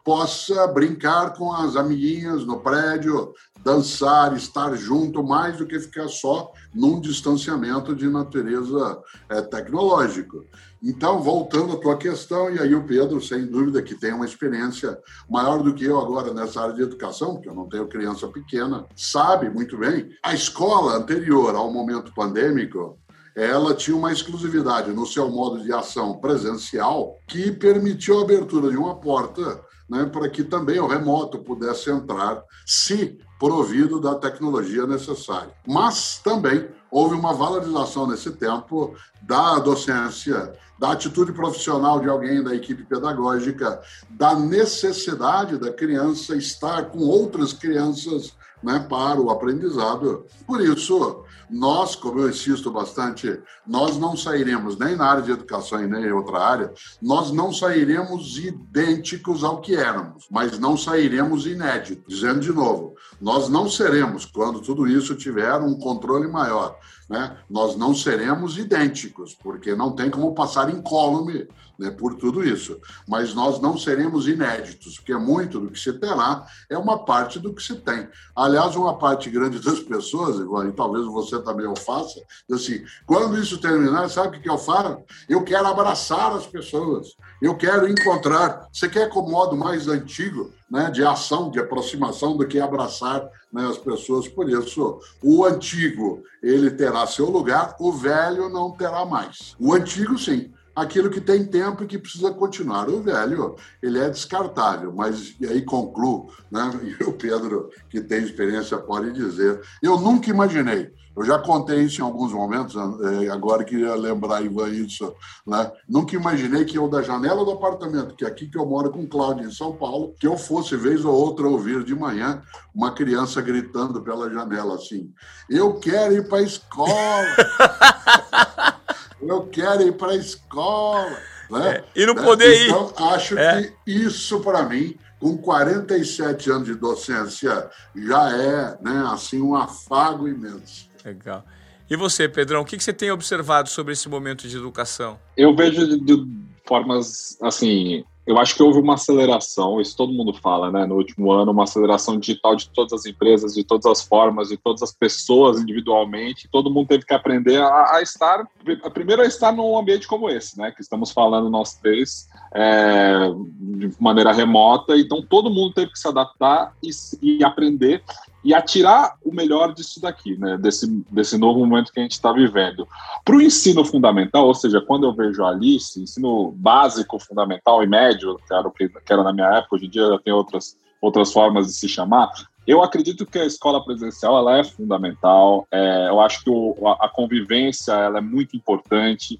possa brincar com as amiguinhas no prédio, dançar, estar junto, mais do que ficar só num distanciamento de natureza tecnológico. Então, voltando à tua questão, e aí o Pedro, sem dúvida, que tem uma experiência maior do que eu agora nessa área de educação, porque eu não tenho criança pequena, sabe muito bem, a escola anterior ao momento pandêmico, ela tinha uma exclusividade no seu modo de ação presencial que permitiu a abertura de uma porta, né, para que também o remoto pudesse entrar, se provido da tecnologia necessária. Mas também houve uma valorização nesse tempo da docência, da atitude profissional de alguém da equipe pedagógica, da necessidade da criança estar com outras crianças, né, para o aprendizado. Por isso, nós, como eu insisto bastante, nós não sairemos nem na área de educação e nem em outra área, nós não sairemos idênticos ao que éramos, mas não sairemos inéditos. Dizendo de novo, nós não seremos, quando tudo isso tiver um controle maior, né, nós não seremos idênticos, porque não tem como passar incólume, né, por tudo isso. Mas nós não seremos inéditos, porque muito do que se terá é uma parte do que se tem. Aliás, uma parte grande das pessoas, e talvez você também o faça, assim, quando isso terminar, sabe o que eu faço? Eu quero abraçar as pessoas, eu quero encontrar. Você quer com o modo mais antigo, né, de ação, de aproximação, do que abraçar, né, as pessoas. Por isso, o antigo, ele terá seu lugar, o velho não terá mais. O antigo, sim, aquilo que tem tempo e que precisa continuar. O velho, ele é descartável, mas e aí concluo, né, e o Pedro, que tem experiência, pode dizer, eu nunca imaginei, eu já contei isso em alguns momentos, agora queria lembrar, Ivan, isso, né? Nunca imaginei que eu, da janela do apartamento, que é aqui que eu moro com o Cláudio, em São Paulo, que eu fosse, vez ou outra, ouvir de manhã uma criança gritando pela janela assim, eu quero ir para a escola, eu quero ir para a escola. Né? E não poder ir. Então, acho que isso, para mim, com 47 anos de docência, já é, né, assim, um afago imenso. Legal. E você, Pedrão, o que você tem observado sobre esse momento de educação? Eu vejo de formas, assim, eu acho que houve uma aceleração, isso todo mundo fala, né, no último ano, uma aceleração digital de todas as empresas, de todas as formas, de todas as pessoas individualmente, todo mundo teve que aprender a estar, primeiro a estar num ambiente como esse, né, que estamos falando nós três, de maneira remota, então todo mundo teve que se adaptar e aprender e atirar o melhor disso daqui, né, desse novo momento que a gente está vivendo. Para o ensino fundamental, ou seja, quando eu vejo a Alice, ensino básico, fundamental e médio, que era na minha época, hoje em dia já tem outras formas de se chamar, eu acredito que a escola presencial ela é fundamental, eu acho que a convivência ela é muito importante.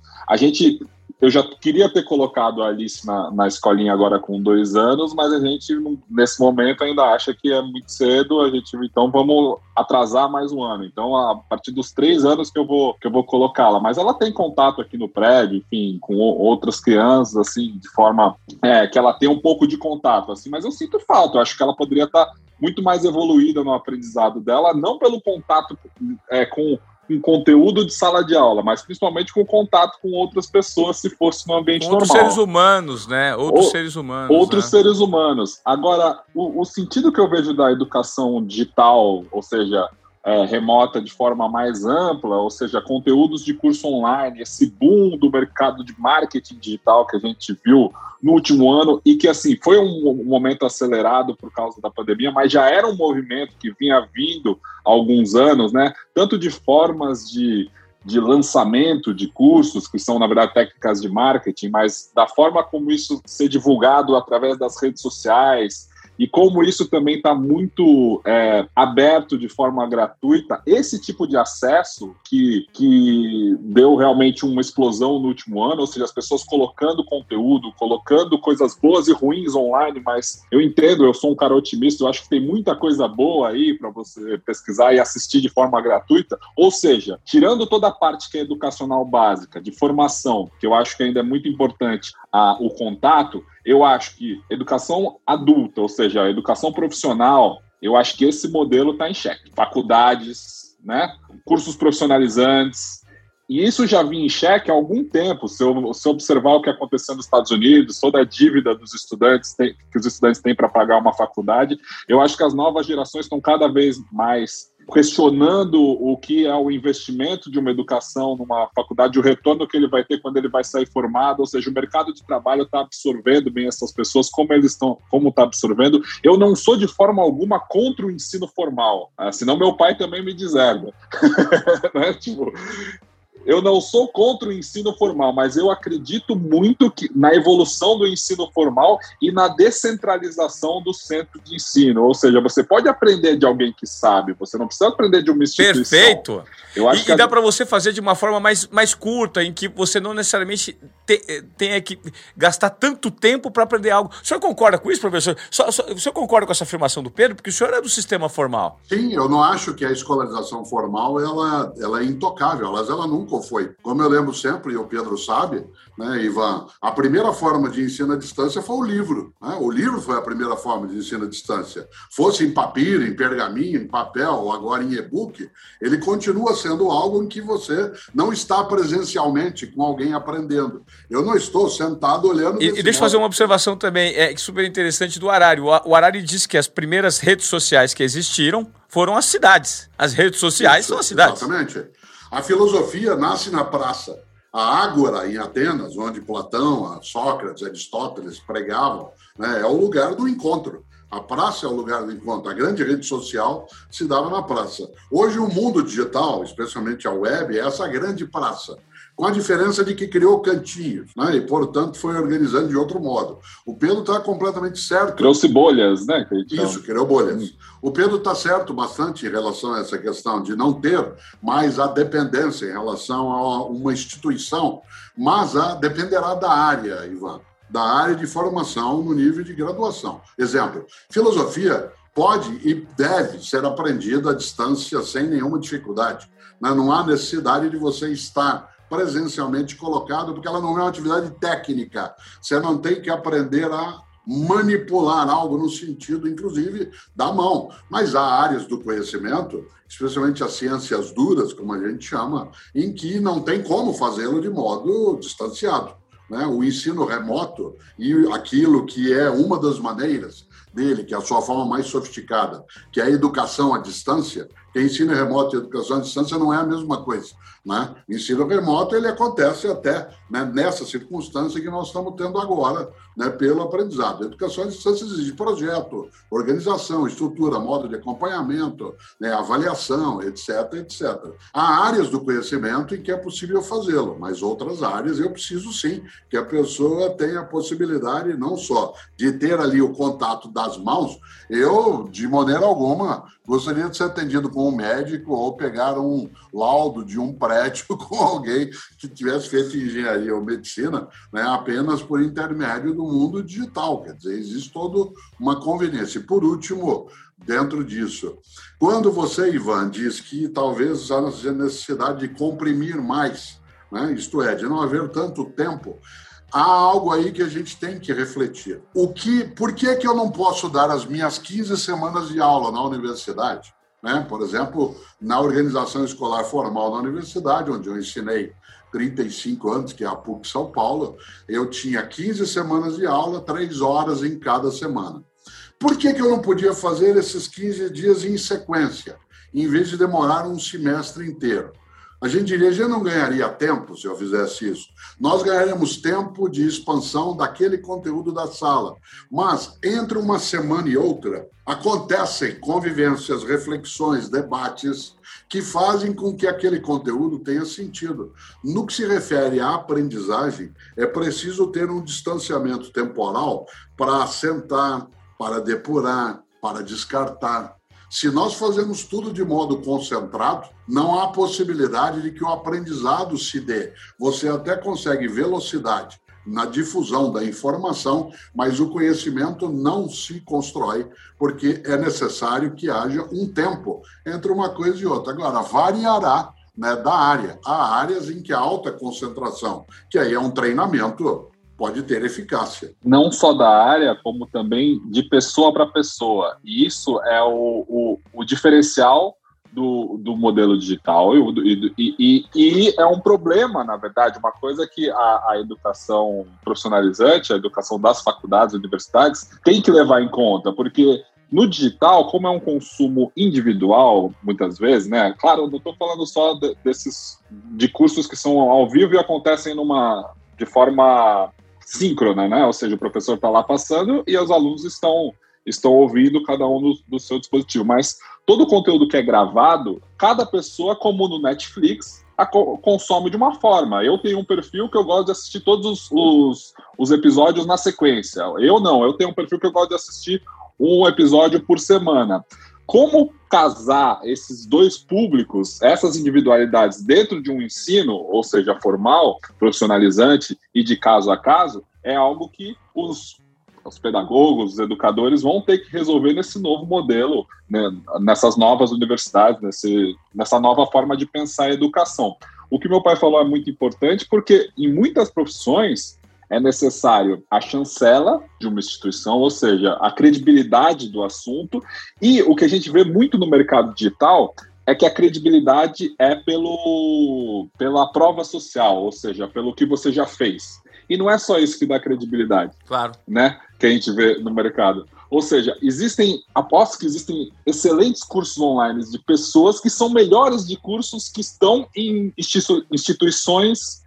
Eu já queria ter colocado a Alice na escolinha agora com 2 anos, mas a gente, nesse momento, ainda acha que é muito cedo, então vamos atrasar mais um ano. Então, a partir dos 3 anos que eu vou colocá-la. Mas ela tem contato aqui no prédio, enfim, com outras crianças, assim, de forma que ela tem um pouco de contato, assim, mas eu sinto falta, eu acho que ela poderia estar muito mais evoluída no aprendizado dela, não pelo contato com conteúdo de sala de aula, mas principalmente com contato com outras pessoas, se fosse no ambiente normal. Outros seres humanos, né? Outros seres humanos. Agora, o sentido que eu vejo da educação digital, ou seja, remota de forma mais ampla, ou seja, conteúdos de curso online, esse boom do mercado de marketing digital que a gente viu no último ano e que, assim, foi um momento acelerado por causa da pandemia, mas já era um movimento que vinha vindo há alguns anos, né? Tanto de formas de lançamento de cursos, que são, na verdade, técnicas de marketing, mas da forma como isso ser divulgado através das redes sociais e como isso também está muito aberto de forma gratuita, esse tipo de acesso que deu realmente uma explosão no último ano, ou seja, as pessoas colocando conteúdo, colocando coisas boas e ruins online, mas eu entendo, eu sou um cara otimista, eu acho que tem muita coisa boa aí para você pesquisar e assistir de forma gratuita, ou seja, tirando toda a parte que é educacional básica, de formação, que eu acho que ainda é muito importante, o contato, eu acho que educação adulta, ou seja, a educação profissional, eu acho que esse modelo está em xeque. Faculdades, né? Cursos profissionalizantes, E isso já vinha em xeque há algum tempo. Se eu observar o que aconteceu nos Estados Unidos, toda a dívida dos estudantes que os estudantes têm para pagar uma faculdade, eu acho que as novas gerações estão cada vez mais questionando o que é o investimento de uma educação numa faculdade, o retorno que ele vai ter quando ele vai sair formado, ou seja, o mercado de trabalho está absorvendo bem essas pessoas, como está absorvendo. Eu não sou de forma alguma contra o ensino formal, senão meu pai também me deserda. Né? Tipo, eu não sou contra o ensino formal, mas eu acredito muito na evolução do ensino formal e na descentralização do centro de ensino. Ou seja, você pode aprender de alguém que sabe, você não precisa aprender de uma instituição. Perfeito! E dá para você fazer de uma forma mais curta, em que você não necessariamente tenha que gastar tanto tempo para aprender algo. O senhor concorda com isso, professor? O senhor concorda com essa afirmação do Pedro? Porque o senhor é do sistema formal. Sim, eu não acho que a escolarização formal ela é intocável, ela nunca foi. Como eu lembro sempre, e o Pedro sabe, né, Ivan, a primeira forma de ensino à distância foi o livro. Né? O livro foi a primeira forma de ensino à distância. Fosse em papiro, em pergaminho, em papel, ou agora em e-book, ele continua sendo algo em que você não está presencialmente com alguém aprendendo. Eu não estou sentado olhando... E deixa eu fazer uma observação também, super interessante do Harari. O Harari disse que as primeiras redes sociais que existiram foram as cidades. As redes sociais são as cidades. Exatamente. A filosofia nasce na praça. A Ágora, em Atenas, onde Platão, Sócrates, Aristóteles pregavam, né, é o lugar do encontro. A praça é o lugar do encontro. A grande rede social se dava na praça. Hoje, o mundo digital, especialmente a web, é essa grande praça, com a diferença de que criou cantinhos, né? E, portanto, foi organizando de outro modo. O Pedro está completamente certo. Trouxe bolhas, né? Isso, criou bolhas. O Pedro está certo bastante em relação a essa questão de não ter mais a dependência em relação a uma instituição, mas dependerá da área, Ivan, da área de formação no nível de graduação. Exemplo, filosofia pode e deve ser aprendida à distância sem nenhuma dificuldade. Né? Não há necessidade de você estar presencialmente colocado, porque ela não é uma atividade técnica. Você não tem que aprender a manipular algo no sentido, inclusive, da mão. Mas há áreas do conhecimento, especialmente as ciências duras, como a gente chama, em que não tem como fazê-lo de modo distanciado. Né? O ensino remoto e aquilo que é uma das maneiras dele, que é a sua forma mais sofisticada, que é a educação à distância, que ensino remoto e educação à distância não é a mesma coisa. Né? O ensino remoto ele acontece até, né, nessa circunstância que nós estamos tendo agora, né, pelo aprendizado. A educação à distância exige projeto, organização, estrutura, modo de acompanhamento, né, avaliação, etc, etc. Há áreas do conhecimento em que é possível fazê-lo, mas outras áreas eu preciso sim que a pessoa tenha a possibilidade não só de ter ali o contato das mãos. Eu, de maneira alguma, gostaria de ser atendido com um médico ou pegar um laudo de um prédio com alguém que tivesse feito engenharia ou medicina, né, apenas por intermédio do mundo digital. Quer dizer, existe toda uma conveniência. E, por último, dentro disso, quando você, Ivan, diz que talvez há necessidade de comprimir mais, né, isto é, de não haver tanto tempo, há algo aí que a gente tem que refletir. Por que eu não posso dar as minhas 15 semanas de aula na universidade? Né? Por exemplo, na organização escolar formal da universidade, onde eu ensinei 35 anos, que é a PUC São Paulo, eu tinha 15 semanas de aula, 3 horas em cada semana. Por que eu não podia fazer esses 15 dias em sequência, em vez de demorar um semestre inteiro? A gente diria, já não ganharia tempo se eu fizesse isso. Nós ganharíamos tempo de expansão daquele conteúdo da sala. Mas, entre uma semana e outra, acontecem convivências, reflexões, debates que fazem com que aquele conteúdo tenha sentido. No que se refere à aprendizagem, é preciso ter um distanciamento temporal para assentar, para depurar, para descartar. Se nós fazemos tudo de modo concentrado, não há possibilidade de que o aprendizado se dê. Você até consegue velocidade na difusão da informação, mas o conhecimento não se constrói, porque é necessário que haja um tempo entre uma coisa e outra. Agora, variará, né, da área. Há áreas em que a alta concentração, que aí é um treinamento, pode ter eficácia. Não só da área, como também de pessoa para pessoa. E isso é o diferencial do modelo digital e é um problema, na verdade, uma coisa que a educação profissionalizante, a educação das faculdades e universidades tem que levar em conta, porque no digital, como é um consumo individual, muitas vezes, né? Claro, eu não estou falando só de cursos que são ao vivo e acontecem de forma síncrona, né? Ou seja, o professor está lá passando e os alunos estão ouvindo cada um do seu dispositivo. Mas todo o conteúdo que é gravado, cada pessoa, como no Netflix, consome de uma forma. Eu tenho um perfil que eu gosto de assistir todos os episódios na sequência. Eu tenho um perfil que eu gosto de assistir um episódio por semana. Como casar esses dois públicos, essas individualidades dentro de um ensino, ou seja, formal, profissionalizante e de caso a caso, é algo que os pedagogos, os educadores vão ter que resolver nesse novo modelo, né, nessas novas universidades, nessa nova forma de pensar a educação. O que meu pai falou é muito importante porque em muitas profissões é necessário a chancela de uma instituição, ou seja, a credibilidade do assunto, e o que a gente vê muito no mercado digital é que a credibilidade é pela prova social, ou seja, pelo que você já fez. E não é só isso que dá credibilidade, claro, né, que a gente vê no mercado. Ou seja, aposto que existem excelentes cursos online de pessoas que são melhores de cursos que estão em instituições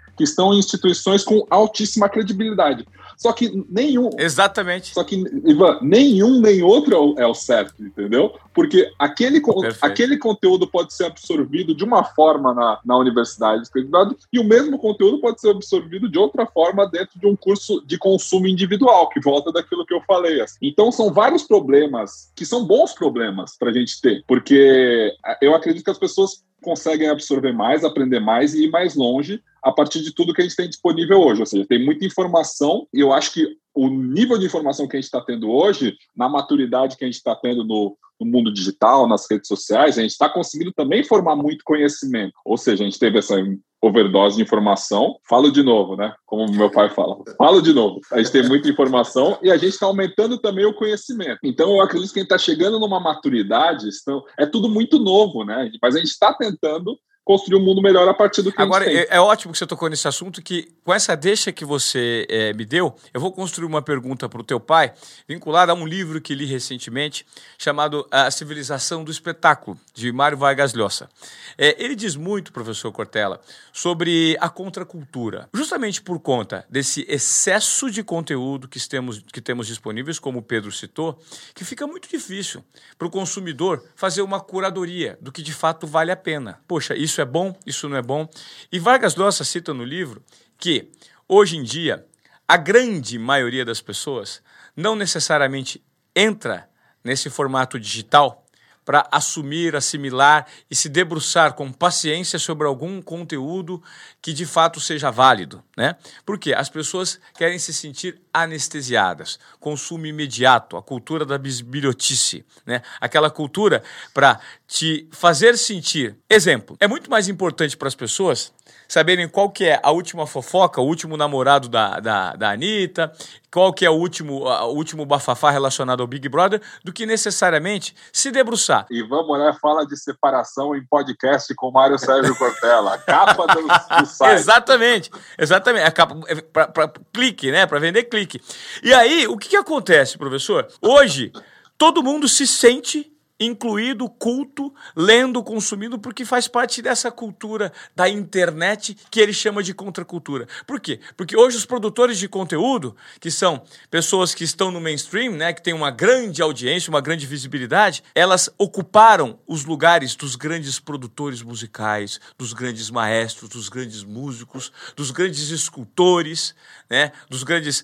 com altíssima credibilidade. Só que nenhum... Exatamente. Só que, Ivan, nenhum nem outro é o certo, entendeu? Porque aquele conteúdo pode ser absorvido de uma forma na universidade e o mesmo conteúdo pode ser absorvido de outra forma dentro de um curso de consumo individual, que volta daquilo que eu falei. Assim. Então, são vários problemas, que são bons problemas para a gente ter, porque eu acredito que as pessoas conseguem absorver mais, aprender mais e ir mais longe a partir de tudo que a gente tem disponível hoje. Ou seja, tem muita informação e eu acho que o nível de informação que a gente está tendo hoje, na maturidade que a gente está tendo no mundo digital, nas redes sociais, a gente está conseguindo também formar muito conhecimento. Ou seja, a gente teve essa overdose de informação. Falo de novo, né? Como meu pai fala. Falo de novo. A gente tem muita informação e a gente está aumentando também o conhecimento. Então, eu acredito que a gente está chegando numa maturidade, é tudo muito novo, né? Mas a gente está tentando construir um mundo melhor a partir do que agora, a gente tem. É ótimo que você tocou nesse assunto, que com essa deixa que você me deu, eu vou construir uma pergunta para o teu pai, vinculada a um livro que li recentemente, chamado A Civilização do Espetáculo, de Mário Vargas Llosa. Ele diz muito, professor Cortella, sobre a contracultura, justamente por conta desse excesso de conteúdo que temos disponíveis, como o Pedro citou, que fica muito difícil para o consumidor fazer uma curadoria do que de fato vale a pena. Poxa, isso é bom, isso não é bom. E Vargas Llosa cita no livro que, hoje em dia, a grande maioria das pessoas não necessariamente entra nesse formato digital para assumir, assimilar e se debruçar com paciência sobre algum conteúdo que de fato seja válido, né? Porque as pessoas querem se sentir anestesiadas, consumo imediato, a cultura da bisbilhotice, né? Aquela cultura para te fazer sentir. Exemplo, é muito mais importante para as pessoas saberem qual que é a última fofoca, o último namorado da Anitta, qual que é o último bafafá relacionado ao Big Brother, do que necessariamente se debruçar. Ivan Morar fala de separação em podcast com Mário Sérgio Cortella, a capa do site. Exatamente. A capa para clique, né? Para vender clique. E aí, o que acontece, professor? Hoje, todo mundo se sente incluído, culto, lendo, consumindo, porque faz parte dessa cultura da internet que ele chama de contracultura. Por quê? Porque hoje os produtores de conteúdo, que são pessoas que estão no mainstream, né, que têm uma grande audiência, uma grande visibilidade, elas ocuparam os lugares dos grandes produtores musicais, dos grandes maestros, dos grandes músicos, dos grandes escultores, né, dos grandes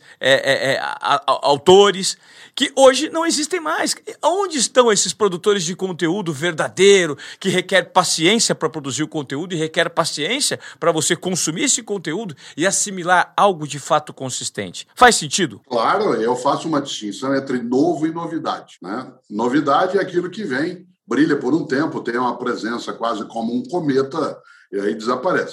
autores, que hoje não existem mais. Onde estão esses produtores de conteúdo verdadeiro, que requer paciência para produzir o conteúdo e requer paciência para você consumir esse conteúdo e assimilar algo de fato consistente? Faz sentido? Claro, eu faço uma distinção entre novo e novidade, né? Novidade é aquilo que vem, brilha por um tempo, tem uma presença quase como um cometa e aí desaparece.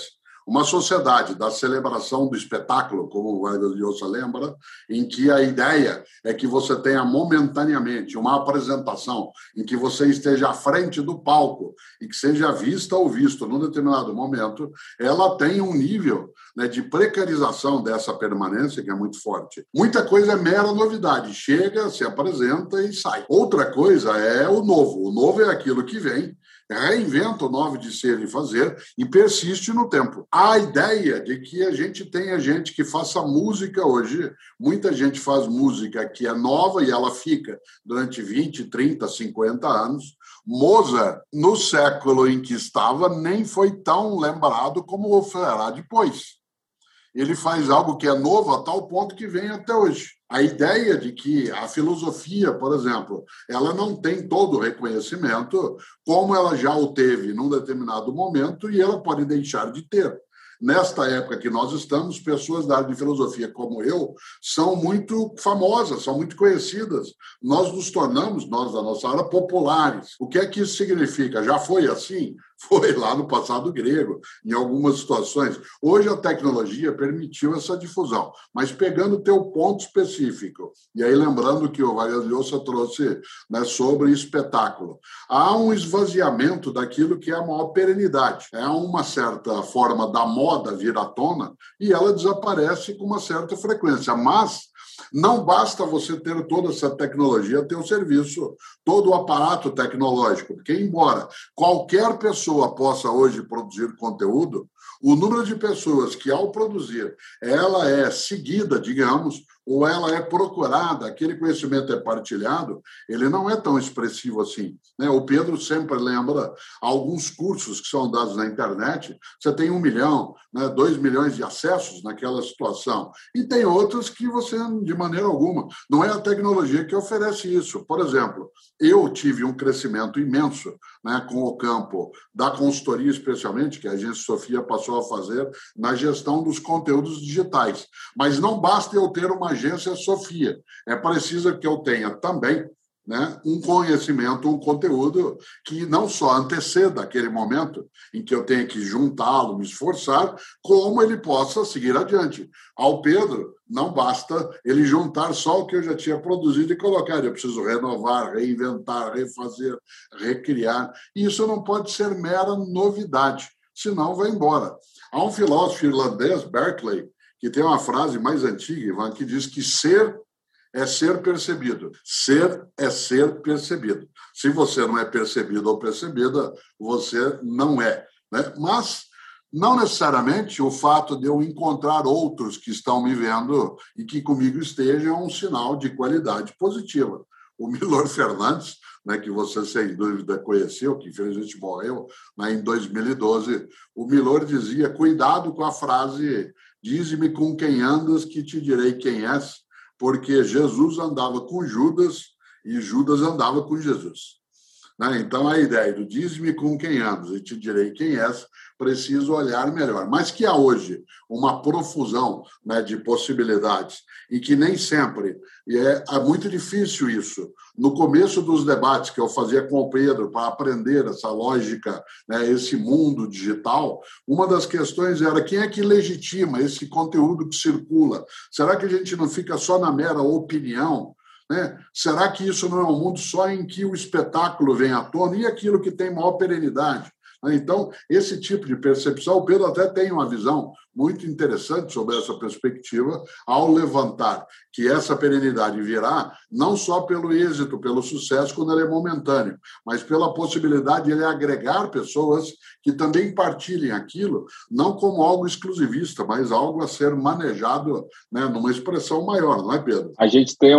uma sociedade da celebração do espetáculo, como o Vargas Llosa lembra, em que a ideia é que você tenha momentaneamente uma apresentação em que você esteja à frente do palco e que seja vista ou visto num determinado momento, ela tem um nível, né, de precarização dessa permanência que é muito forte. Muita coisa é mera novidade, chega, se apresenta e sai. Outra coisa é o novo. O novo é aquilo que vem, reinventa o modo de ser e fazer e persiste no tempo. A ideia de que a gente tenha gente que faça música hoje, muita gente faz música que é nova e ela fica durante 20, 30, 50 anos. Mozart, no século em que estava, nem foi tão lembrado como o será depois. Ele faz algo que é novo a tal ponto que vem até hoje. A ideia de que a filosofia, por exemplo, ela não tem todo o reconhecimento como ela já o teve num determinado momento e ela pode deixar de ter. Nesta época que nós estamos, pessoas da área de filosofia como eu são muito famosas, são muito conhecidas. Nós nos tornamos, nós da nossa área, populares. O que é que isso significa? Já foi assim? Foi lá no passado grego, em algumas situações. Hoje a tecnologia permitiu essa difusão, mas pegando o teu ponto específico, e aí lembrando que o Vargas Llosa trouxe, né, sobre espetáculo, há um esvaziamento daquilo que é a maior perenidade. É uma certa forma da moda vir à tona e ela desaparece com uma certa frequência, mas não basta você ter toda essa tecnologia a teu serviço, todo o aparato tecnológico, porque, embora qualquer pessoa possa hoje produzir conteúdo, o número de pessoas que, ao produzir, ela é seguida, digamos, ou ela é procurada, aquele conhecimento é partilhado, ele não é tão expressivo assim, né? O Pedro sempre lembra alguns cursos que são dados na internet, você tem 1 milhão, né, 2 milhões de acessos naquela situação, e tem outros que você, de maneira alguma, não é a tecnologia que oferece isso. Por exemplo, eu tive um crescimento imenso, né, com o campo da consultoria, especialmente, que a Agência Sofia passou a fazer na gestão dos conteúdos digitais. Mas não basta eu ter uma agência Sofia, é preciso que eu tenha também, né, um conhecimento, um conteúdo que não só anteceda aquele momento em que eu tenho que juntá-lo, me esforçar, como ele possa seguir adiante. Ao Pedro, não basta ele juntar só o que eu já tinha produzido e colocar. Eu preciso renovar, reinventar, refazer, recriar. E isso não pode ser mera novidade, senão vai embora. Há um filósofo irlandês, Berkeley, que tem uma frase mais antiga, Ivan, que diz que ser é ser percebido. Ser é ser percebido. Se você não é percebido ou percebida, você não é, né? Mas não necessariamente o fato de eu encontrar outros que estão me vendo e que comigo estejam é um sinal de qualidade positiva. O Milor Fernandes, né, que você sem dúvida conheceu, que infelizmente morreu, né, em 2012, o Milor dizia: cuidado com a frase "dize-me com quem andas que te direi quem és", porque Jesus andava com Judas e Judas andava com Jesus. Né? Então, a ideia do "diz-me com quem andas e te direi quem és", preciso olhar melhor. Mas que há hoje uma profusão, né, de possibilidades e que nem sempre, e é muito difícil isso. No começo dos debates que eu fazia com o Pedro para aprender essa lógica, né, esse mundo digital, uma das questões era quem é que legitima esse conteúdo que circula? Será que a gente não fica só na mera opinião? Né? Será que isso não é um mundo só em que o espetáculo vem à tona e aquilo que tem maior perenidade? Então, esse tipo de percepção, o Pedro até tem uma visão muito interessante sobre essa perspectiva ao levantar que essa perenidade virá não só pelo êxito, pelo sucesso, quando ele é momentâneo, mas pela possibilidade de ele agregar pessoas que também partilhem aquilo, não como algo exclusivista, mas algo a ser manejado, né, numa expressão maior, não é, Pedro? A gente tem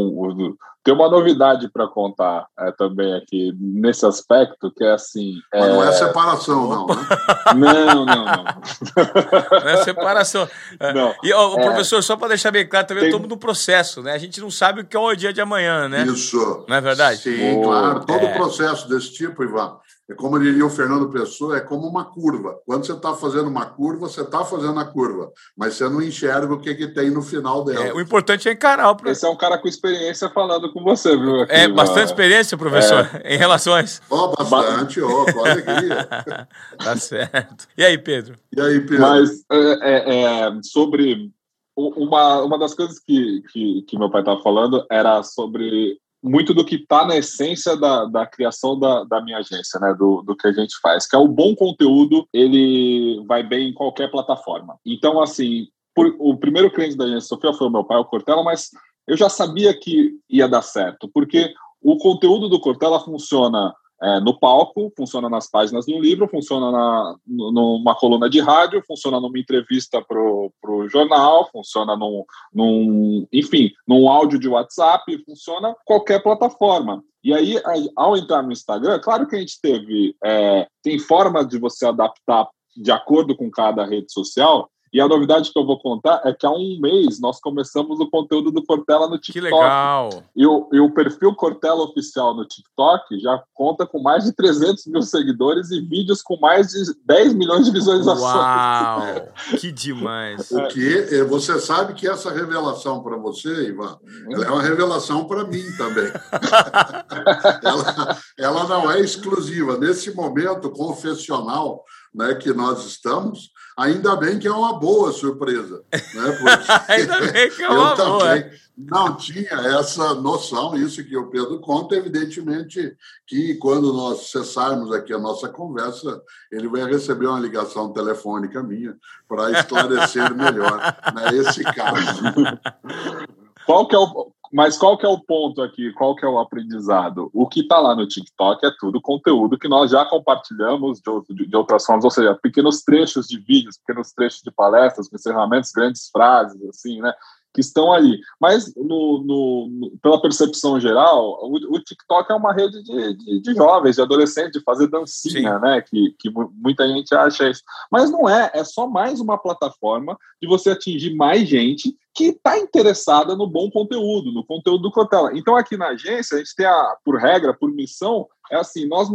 uma novidade para contar também aqui nesse aspecto, que é assim... Mas não é separação, não, né? Não. Não é separação. Não. E, professor, só para deixar bem claro, também estamos no processo, né? A gente não sabe o que é o dia de amanhã, né? Isso. Não é verdade? Sim, claro. Todo processo desse tipo, Ivan, como diria o Fernando Pessoa, é como uma curva. Quando você está fazendo uma curva, você está fazendo a curva, mas você não enxerga o que tem no final dela. O importante é encarar. Esse é um cara com experiência falando com você, viu? Aqui, bastante experiência, professor, em relações. Bastante, com alegria. Tá certo. E aí, Pedro? Mas sobre... Uma das coisas que meu pai estava falando era sobre muito do que está na essência da criação da minha agência, né? Do que a gente faz, que é o bom conteúdo, ele vai bem em qualquer plataforma. Então, assim, o primeiro cliente da agência Sofia foi o meu pai, o Cortella, mas eu já sabia que ia dar certo, porque o conteúdo do Cortella funciona no palco, funciona nas páginas do livro, funciona numa coluna de rádio, funciona numa entrevista pro jornal, funciona num áudio de WhatsApp, funciona qualquer plataforma. E aí, ao entrar no Instagram, claro que a gente tem forma de você adaptar de acordo com cada rede social. E a novidade que eu vou contar é que há um mês nós começamos o conteúdo do Cortella no TikTok. Que legal! E o perfil Cortella Oficial no TikTok já conta com mais de 300 mil seguidores e vídeos com mais de 10 milhões de visualizações. Uau! Que demais! Você sabe que essa revelação para você, Ivan, ela é uma revelação para mim também. ela não é exclusiva. Nesse momento confessional, né, que nós estamos, ainda bem que é uma boa surpresa. Né, porque ainda bem que é uma boa. Não tinha essa noção, isso que o Pedro conta, evidentemente que quando nós cessarmos aqui a nossa conversa, ele vai receber uma ligação telefônica minha para esclarecer melhor, né, esse caso. Mas qual que é o ponto aqui? Qual que é o aprendizado? O que está lá no TikTok é tudo conteúdo que nós já compartilhamos de outras formas, ou seja, pequenos trechos de vídeos, pequenos trechos de palestras, encerramentos, grandes frases, assim, né? Que estão ali. Mas, pela percepção geral, o TikTok é uma rede de jovens, de adolescentes, de fazer dancinha, né? Que muita gente acha isso. Mas não é só mais uma plataforma de você atingir mais gente que está interessada no bom conteúdo, no conteúdo do Cortella. Então, aqui na agência, a gente tem, por regra, por missão, nós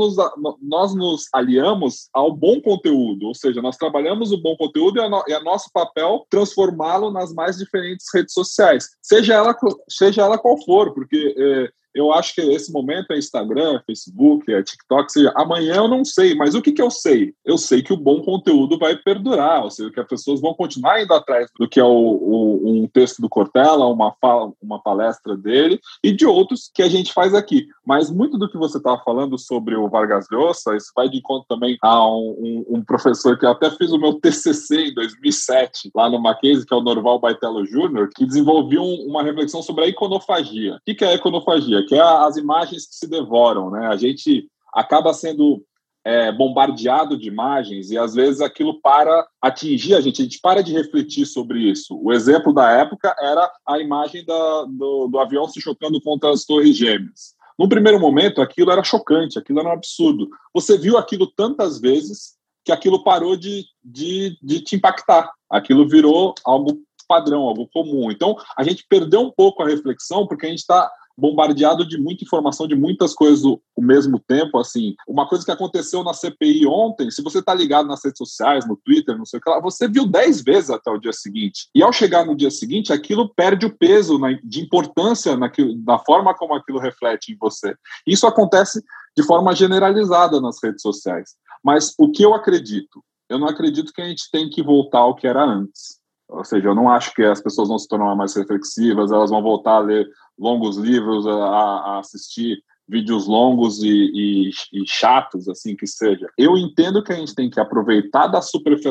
nos aliamos ao bom conteúdo, ou seja, nós trabalhamos o bom conteúdo e é nosso papel transformá-lo nas mais diferentes redes sociais, seja ela qual for, porque eu acho que esse momento é Instagram, é Facebook, é TikTok, seja, amanhã eu não sei, mas o que eu sei? Eu sei que o bom conteúdo vai perdurar, ou seja, que as pessoas vão continuar indo atrás do que é um texto do Cortella, uma palestra dele e de outros que a gente faz aqui. Mas muito do que você estava falando sobre o Vargas Llosa, isso vai de encontro também a um professor que eu até fiz o meu TCC em 2007, lá no Mackenzie, que é o Norval Baitello Jr., que desenvolveu uma reflexão sobre a iconofagia. O que é a iconofagia? Que é as imagens que se devoram, né? A gente acaba sendo bombardeado de imagens e às vezes aquilo para atingir a gente para de refletir sobre isso. O exemplo da época era a imagem do avião se chocando contra as Torres Gêmeas. No primeiro momento, aquilo era chocante, aquilo era um absurdo. Você viu aquilo tantas vezes que aquilo parou de te impactar. Aquilo virou algo padrão, algo comum. Então, a gente perdeu um pouco a reflexão porque a gente está bombardeado de muita informação, de muitas coisas ao mesmo tempo, assim. Uma coisa que aconteceu na CPI ontem, se você está ligado nas redes sociais, no Twitter, não sei o que lá, você viu 10 vezes até o dia seguinte. E ao chegar no dia seguinte, aquilo perde o peso de importância da forma como aquilo reflete em você. Isso acontece de forma generalizada nas redes sociais. Mas o que eu acredito? Eu não acredito que a gente tem que voltar ao que era antes. Ou seja, eu não acho que as pessoas vão se tornar mais reflexivas, elas vão voltar a ler longos livros, a assistir vídeos longos e chatos, assim que seja. Eu entendo que a gente tem que aproveitar da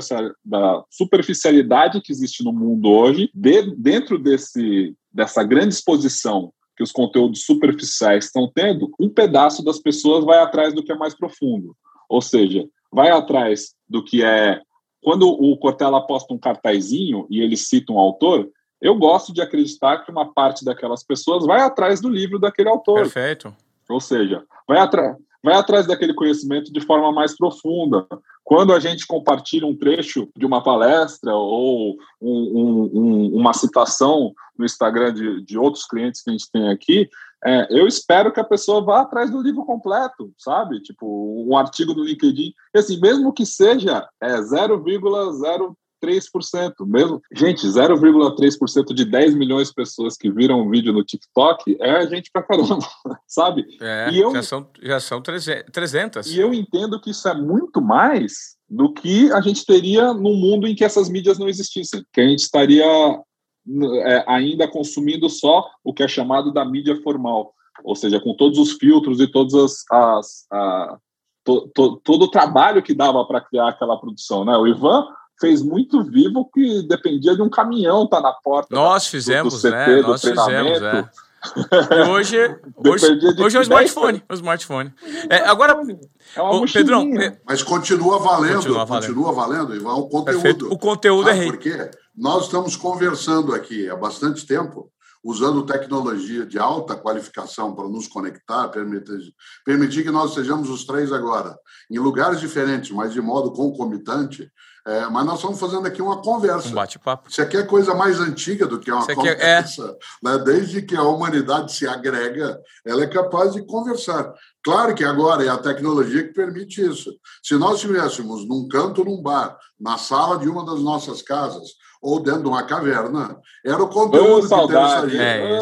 superficialidade que existe no mundo hoje, dentro dessa grande exposição que os conteúdos superficiais estão tendo, um pedaço das pessoas vai atrás do que é mais profundo. Ou seja, vai atrás do que é... Quando o Cortella posta um cartazinho e ele cita um autor, eu gosto de acreditar que uma parte daquelas pessoas vai atrás do livro daquele autor. Perfeito. Ou seja, vai atrás daquele conhecimento de forma mais profunda. quando a gente compartilha um trecho de uma palestra ou uma citação no Instagram de outros clientes que a gente tem aqui, eu espero que a pessoa vá atrás do livro completo, sabe? Tipo, um artigo no LinkedIn. E assim, mesmo que seja 0,03%, mesmo. Gente, 0,3% de 10 milhões de pessoas que viram um vídeo no TikTok é gente pra caramba, sabe? Já são 300. E eu entendo que isso é muito mais do que a gente teria num mundo em que essas mídias não existissem, que a gente estaria ainda consumindo só o que é chamado da mídia formal, ou seja, com todos os filtros e todas todo o trabalho que dava para criar aquela produção, né? O Ivan fez muito vivo que dependia de um caminhão tá na porta. Nós fizemos, do CT, né? Nós fizemos, E hoje é o smartphone. Agora, Pedrão... Mas continua valendo, Ivan, o conteúdo. Perfeito. O conteúdo é rei. Porque nós estamos conversando aqui há bastante tempo, usando tecnologia de alta qualificação para nos conectar, permitir que nós sejamos os três agora, em lugares diferentes, mas de modo concomitante. Mas nós estamos fazendo aqui uma conversa. Um bate-papo. Isso aqui é coisa mais antiga do que uma conversa. Né? Desde que a humanidade se agrega, ela é capaz de conversar. Claro que agora é a tecnologia que permite isso. Se nós estivéssemos num canto, num bar, na sala de uma das nossas casas, ou dentro de uma caverna, era o conteúdo que interessaria.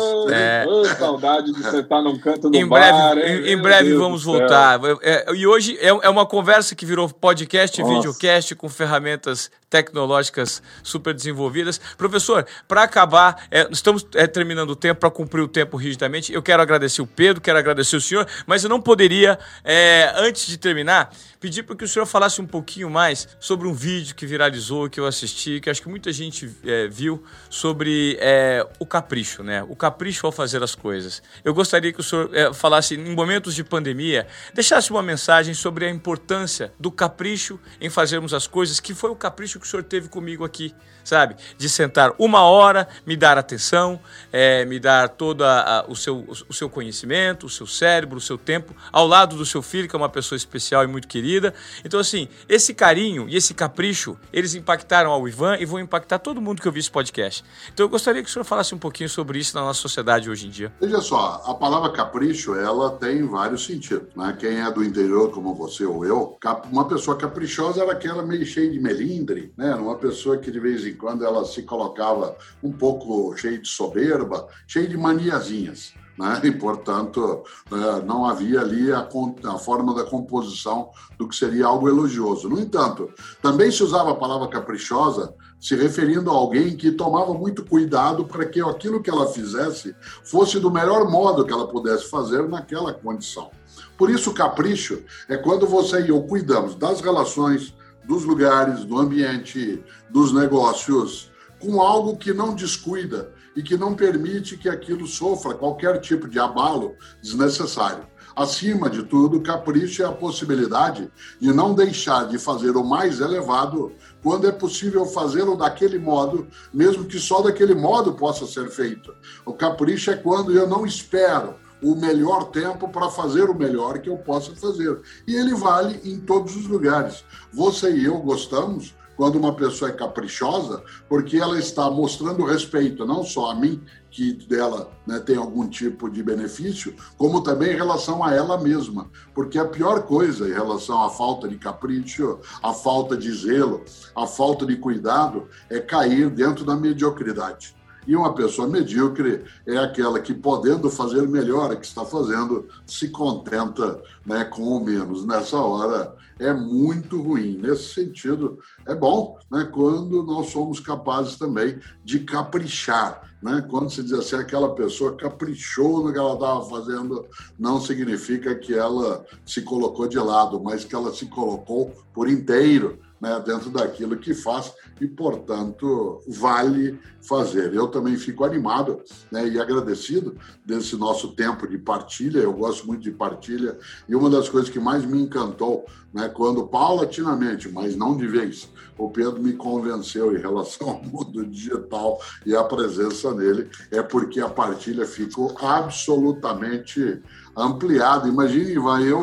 Saudade de sentar num canto do bar. Em breve vamos voltar. E hoje é uma conversa que virou podcast e videocast com ferramentas tecnológicas super desenvolvidas. Professor, para acabar, estamos terminando o tempo, para cumprir o tempo rigidamente. Eu quero agradecer o Pedro, quero agradecer o senhor, mas eu não poderia, antes de terminar, pedir para que o senhor falasse um pouquinho mais sobre um vídeo que viralizou, que eu assisti, que acho que muita gente viu, sobre o capricho, né? O capricho ao fazer as coisas. Eu gostaria que o senhor falasse, em momentos de pandemia, deixasse uma mensagem sobre a importância do capricho em fazermos as coisas, que foi o capricho que o senhor teve comigo aqui, sabe? De sentar 1 hora, me dar atenção, me dar todo o seu conhecimento, o seu cérebro, o seu tempo, ao lado do seu filho, que é uma pessoa especial e muito querida. Então, assim, esse carinho e esse capricho, eles impactaram ao Ivan e vão impactar todo mundo que ouviu esse podcast. Então, eu gostaria que o senhor falasse um pouquinho sobre isso na nossa sociedade hoje em dia. Veja só, a palavra capricho, ela tem vários sentidos, né? Quem é do interior, como você ou eu, uma pessoa caprichosa era aquela meio cheia de melindre, né? Uma pessoa que de vez em quando ela se colocava um pouco cheia de soberba, cheia de maniazinhas, né? E, portanto, não havia ali a forma da composição do que seria algo elogioso. No entanto, também se usava a palavra caprichosa se referindo a alguém que tomava muito cuidado para que aquilo que ela fizesse fosse do melhor modo que ela pudesse fazer naquela condição. Por isso, o capricho é quando você e eu cuidamos das relações, dos lugares, do ambiente, dos negócios, com algo que não descuida e que não permite que aquilo sofra qualquer tipo de abalo desnecessário. Acima de tudo, capricho é a possibilidade de não deixar de fazer o mais elevado quando é possível fazê-lo daquele modo, mesmo que só daquele modo possa ser feito. O capricho é quando eu não espero o melhor tempo para fazer o melhor que eu possa fazer. E ele vale em todos os lugares. Você e eu gostamos quando uma pessoa é caprichosa, porque ela está mostrando respeito, não só a mim, que dela, né, tem algum tipo de benefício, como também em relação a ela mesma. Porque a pior coisa em relação à falta de capricho, à falta de zelo, à falta de cuidado, é cair dentro da mediocridade. E uma pessoa medíocre é aquela que, podendo fazer melhor a que está fazendo, se contenta, né, com o menos. Nessa hora é muito ruim. Nesse sentido, é bom, né, quando nós somos capazes também de caprichar. Né? Quando se diz assim, aquela pessoa caprichou no que ela estava fazendo, não significa que ela se colocou de lado, mas que ela se colocou por inteiro, né, dentro daquilo que faz e, portanto, vale fazer. Eu também fico animado, né, e agradecido desse nosso tempo de partilha. Eu gosto muito de partilha e uma das coisas que mais me encantou, né, quando paulatinamente, mas não de vez, o Pedro me convenceu em relação ao mundo digital e a presença nele, é porque a partilha ficou absolutamente ampliada. Imagine, Ivan, eu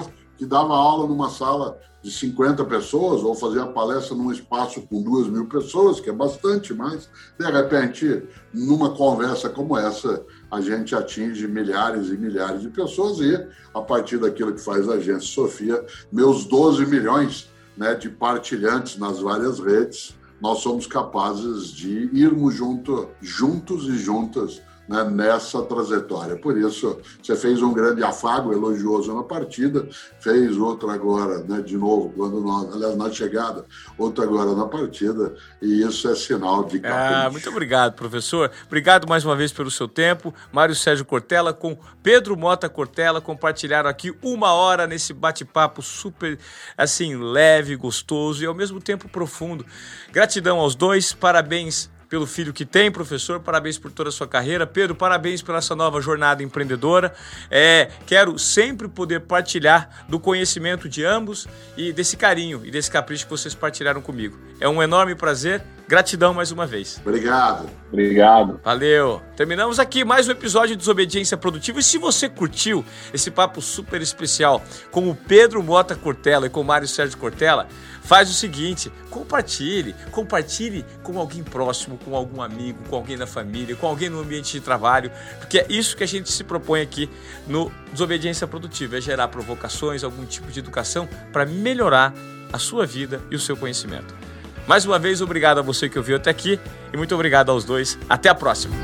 que dava aula numa sala de 50 pessoas ou fazia palestra num espaço com 2.000 pessoas, que é bastante, mas, de repente, numa conversa como essa, a gente atinge milhares e milhares de pessoas e, a partir daquilo que faz a Agência Sofia, meus 12 milhões, né, de partilhantes nas várias redes, nós somos capazes de irmos juntos e juntas, né, nessa trajetória. Por isso, você fez um grande afago elogioso na partida, fez outro agora, né, de novo, aliás, na chegada, outro agora na partida, e isso é sinal de capricho. Muito obrigado, professor. Obrigado mais uma vez pelo seu tempo. Mário Sérgio Cortella com Pedro Mota Cortella compartilharam aqui 1 hora nesse bate-papo super, assim, leve, gostoso e ao mesmo tempo profundo. Gratidão aos dois, parabéns pelo filho que tem, professor, parabéns por toda a sua carreira. Pedro, parabéns pela essa nova jornada empreendedora. Quero sempre poder partilhar do conhecimento de ambos e desse carinho e desse capricho que vocês partilharam comigo. É um enorme prazer. Gratidão mais uma vez. Obrigado. Obrigado. Valeu. Terminamos aqui mais um episódio de Desobediência Produtiva. E se você curtiu esse papo super especial com o Pedro Mota Cortella e com o Mário Sérgio Cortella, faz o seguinte, compartilhe com alguém próximo, com algum amigo, com alguém da família, com alguém no ambiente de trabalho, porque é isso que a gente se propõe aqui no Desobediência Produtiva, é gerar provocações, algum tipo de educação para melhorar a sua vida e o seu conhecimento. Mais uma vez, obrigado a você que ouviu até aqui e muito obrigado aos dois. Até a próxima.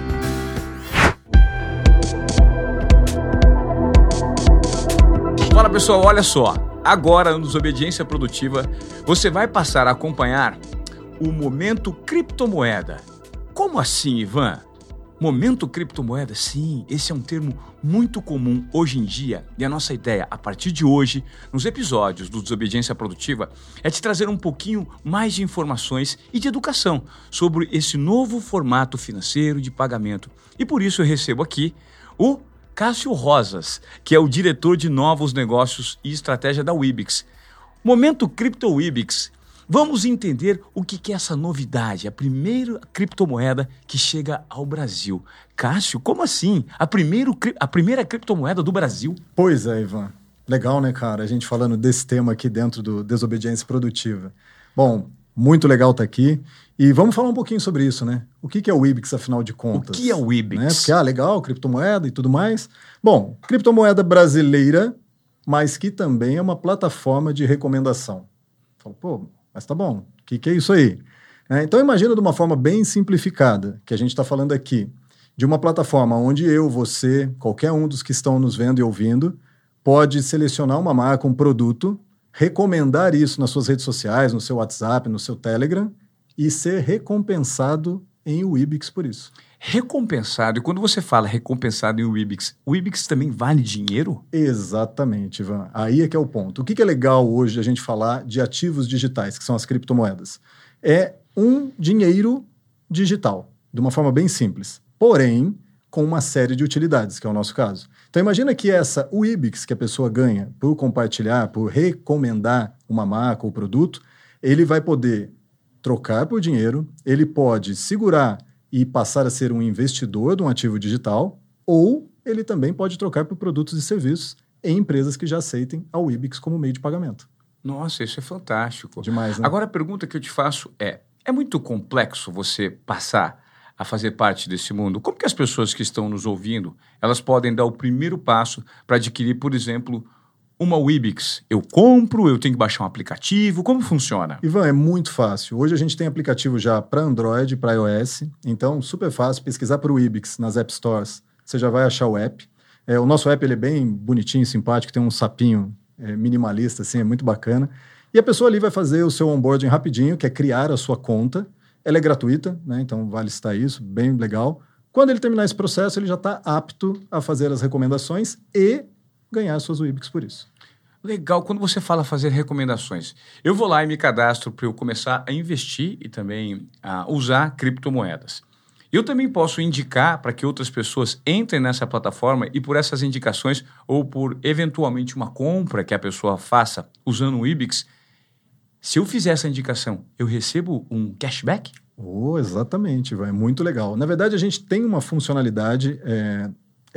Fala pessoal, olha só. Agora, no Desobediência Produtiva, você vai passar a acompanhar o Momento Criptomoeda. Como assim, Ivan? Momento criptomoeda? Sim, esse é um termo muito comum hoje em dia e a nossa ideia, a partir de hoje, nos episódios do Desobediência Produtiva, é te trazer um pouquinho mais de informações e de educação sobre esse novo formato financeiro de pagamento. E por isso eu recebo aqui o Cássio Rosas, que é o diretor de novos negócios e estratégia da Wibix. Momento Cripto Wibix. Vamos entender o que é essa novidade, a primeira criptomoeda que chega ao Brasil. Cássio, como assim? A primeira criptomoeda do Brasil? Pois é, Ivan. Legal, né, cara? A gente falando desse tema aqui dentro do Desobediência Produtiva. Bom, muito legal estar aqui. E vamos falar um pouquinho sobre isso, né? O que é o Wibix, afinal de contas? O que é o Wibix? Né? Porque, legal, criptomoeda e tudo mais. Bom, criptomoeda brasileira, mas que também é uma plataforma de recomendação. Fala, mas tá bom, o que é isso aí? Então imagina de uma forma bem simplificada, que a gente está falando aqui, de uma plataforma onde eu, você, qualquer um dos que estão nos vendo e ouvindo, pode selecionar uma marca, um produto, recomendar isso nas suas redes sociais, no seu WhatsApp, no seu Telegram, e ser recompensado em Wibix por isso. Recompensado? E quando você fala recompensado em Wibix, o Wibix também vale dinheiro? Exatamente, Ivan. Aí é que é o ponto. O que é legal hoje a gente falar de ativos digitais, que são as criptomoedas? É um dinheiro digital, de uma forma bem simples, porém com uma série de utilidades, que é o nosso caso. Então imagina que essa Wibix que a pessoa ganha por compartilhar, por recomendar uma marca ou produto, ele vai poder trocar por dinheiro, ele pode segurar e passar a ser um investidor de um ativo digital, ou ele também pode trocar por produtos e serviços em empresas que já aceitem a Wibix como meio de pagamento. Nossa, isso é fantástico. Demais, né? Agora a pergunta que eu te faço é muito complexo você passar a fazer parte desse mundo? Como que as pessoas que estão nos ouvindo, elas podem dar o primeiro passo para adquirir, por exemplo, uma Wibix? Eu compro, eu tenho que baixar um aplicativo, como funciona? Ivan, é muito fácil. Hoje a gente tem aplicativo já para Android, para iOS, então super fácil, pesquisar por Wibix nas App Stores, você já vai achar o app. O nosso app ele é bem bonitinho, simpático, tem um sapinho minimalista, assim, é muito bacana. E a pessoa ali vai fazer o seu onboarding rapidinho, que é criar a sua conta. Ela é gratuita, né? Então vale citar isso, bem legal. Quando ele terminar esse processo, ele já está apto a fazer as recomendações e ganhar suas Wibix por isso. Legal. Quando você fala fazer recomendações, eu vou lá e me cadastro para eu começar a investir e também a usar criptomoedas. Eu também posso indicar para que outras pessoas entrem nessa plataforma e por essas indicações ou por eventualmente uma compra que a pessoa faça usando o Wibix, se eu fizer essa indicação, eu recebo um cashback? Exatamente, é muito legal. Na verdade, a gente tem uma funcionalidade,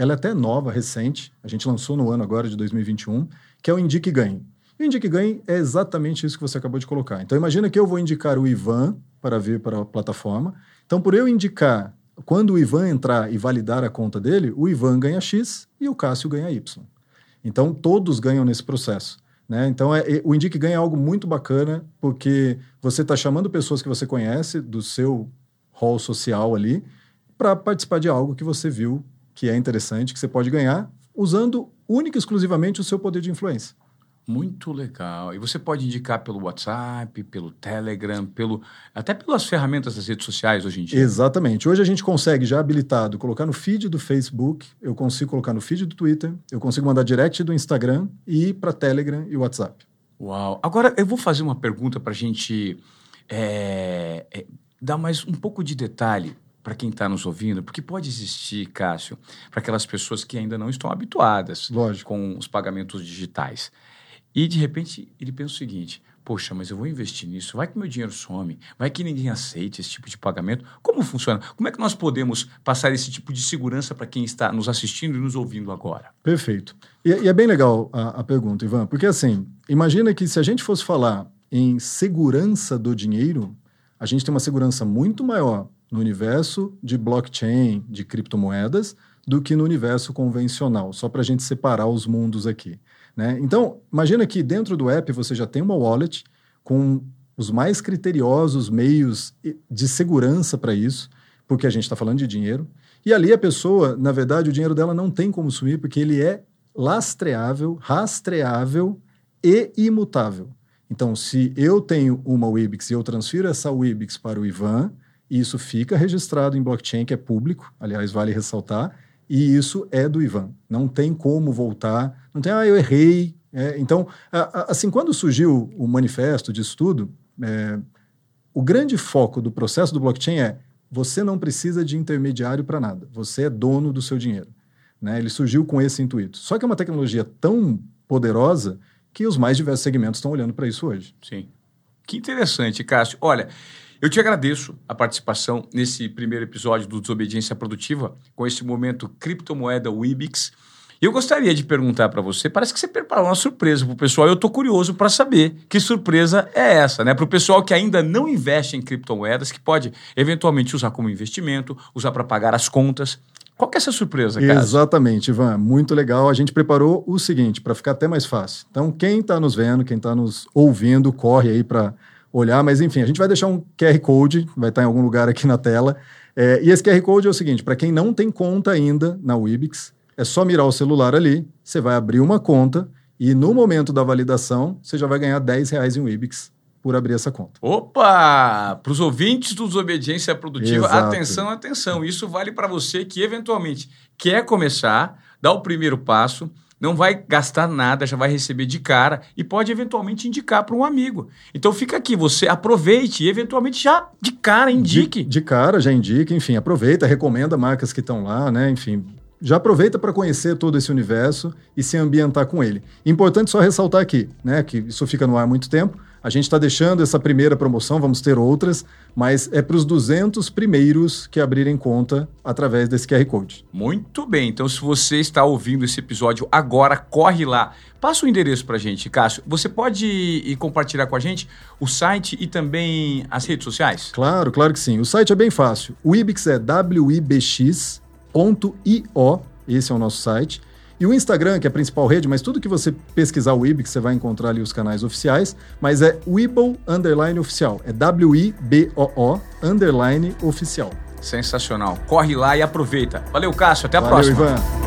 ela é até nova, recente, a gente lançou no ano agora de 2021, que é o Indique e Ganhe. E o Indique e Ganhe é exatamente isso que você acabou de colocar. Então, imagina que eu vou indicar o Ivan para vir para a plataforma. Então, por eu indicar, quando o Ivan entrar e validar a conta dele, o Ivan ganha X e o Cássio ganha Y. Então, todos ganham nesse processo. Né? Então, o Indique e Ganhe é algo muito bacana, porque você está chamando pessoas que você conhece, do seu hall social ali, para participar de algo que você viu que é interessante, que você pode ganhar, usando única e exclusivamente o seu poder de influência. Muito legal. E você pode indicar pelo WhatsApp, pelo Telegram, até pelas ferramentas das redes sociais hoje em dia. Exatamente. Hoje a gente consegue, já habilitado, colocar no feed do Facebook, eu consigo colocar no feed do Twitter, eu consigo mandar direct do Instagram e ir para Telegram e WhatsApp. Uau! Agora, eu vou fazer uma pergunta para a gente dar mais um pouco de detalhe para quem está nos ouvindo, porque pode existir, Cássio, para aquelas pessoas que ainda não estão habituadas com os pagamentos digitais. E, de repente, ele pensa o seguinte: poxa, mas eu vou investir nisso, vai que meu dinheiro some, vai que ninguém aceite esse tipo de pagamento. Como funciona? Como é que nós podemos passar esse tipo de segurança para quem está nos assistindo e nos ouvindo agora? Perfeito. E é bem legal a pergunta, Ivan, porque assim, imagina que se a gente fosse falar em segurança do dinheiro, a gente tem uma segurança muito maior no universo de blockchain, de criptomoedas, do que no universo convencional, só para a gente separar os mundos aqui. Né? Então, imagina que dentro do app você já tem uma wallet com os mais criteriosos meios de segurança para isso, porque a gente está falando de dinheiro, e ali a pessoa, na verdade, o dinheiro dela não tem como sumir, porque ele é lastreável, rastreável e imutável. Então, se eu tenho uma Wibix e eu transfiro essa Wibix para o Ivan, isso fica registrado em blockchain, que é público, aliás, vale ressaltar, e isso é do Ivan. Não tem como voltar, não tem, eu errei. Então, assim, quando surgiu o manifesto disso tudo, o grande foco do processo do blockchain é: você não precisa de intermediário para nada, você é dono do seu dinheiro. Né? Ele surgiu com esse intuito. Só que é uma tecnologia tão poderosa que os mais diversos segmentos estão olhando para isso hoje. Sim. Que interessante, Cássio. Olha, eu te agradeço a participação nesse primeiro episódio do Desobediência Produtiva, com esse momento criptomoeda Wibix. E eu gostaria de perguntar para você, parece que você preparou uma surpresa para o pessoal, e eu estou curioso para saber que surpresa é essa, né? Para o pessoal que ainda não investe em criptomoedas, que pode eventualmente usar como investimento, usar para pagar as contas. Qual que é essa surpresa, Cássio? Exatamente, Ivan. Muito legal. A gente preparou o seguinte, para ficar até mais fácil. Então, quem está nos vendo, quem está nos ouvindo, corre aí para olhar, mas enfim, a gente vai deixar um QR Code, vai estar em algum lugar aqui na tela, e esse QR Code é o seguinte: para quem não tem conta ainda na Wibix, é só mirar o celular ali, você vai abrir uma conta e no momento da validação, você já vai ganhar R$10 em Wibix por abrir essa conta. Opa! Para os ouvintes do Desobediência Produtiva, Exato. Atenção, atenção, isso vale para você que eventualmente quer começar, dá o primeiro passo, não vai gastar nada, já vai receber de cara e pode eventualmente indicar para um amigo. Então fica aqui, você aproveite e eventualmente já de cara indique. De cara já indica, enfim, aproveita, recomenda marcas que estão lá, né, enfim, já aproveita para conhecer todo esse universo e se ambientar com ele. Importante só ressaltar aqui, né, que isso fica no ar há muito tempo, a gente está deixando essa primeira promoção, vamos ter outras, mas é para os 200 primeiros que abrirem conta através desse QR Code. Muito bem, então se você está ouvindo esse episódio agora, corre lá. Passa o endereço para a gente, Cássio. Você pode ir compartilhar com a gente o site e também as redes sociais? Claro, claro que sim. O site é bem fácil. O Wibix é wibx.io, esse é o nosso site. E o Instagram, que é a principal rede, mas tudo que você pesquisar o Wibix, você vai encontrar ali os canais oficiais, mas é Wibble_oficial. É WIBOO_oficial. Sensacional. Corre lá e aproveita. Valeu, Cássio. Até a próxima. Valeu, Ivan.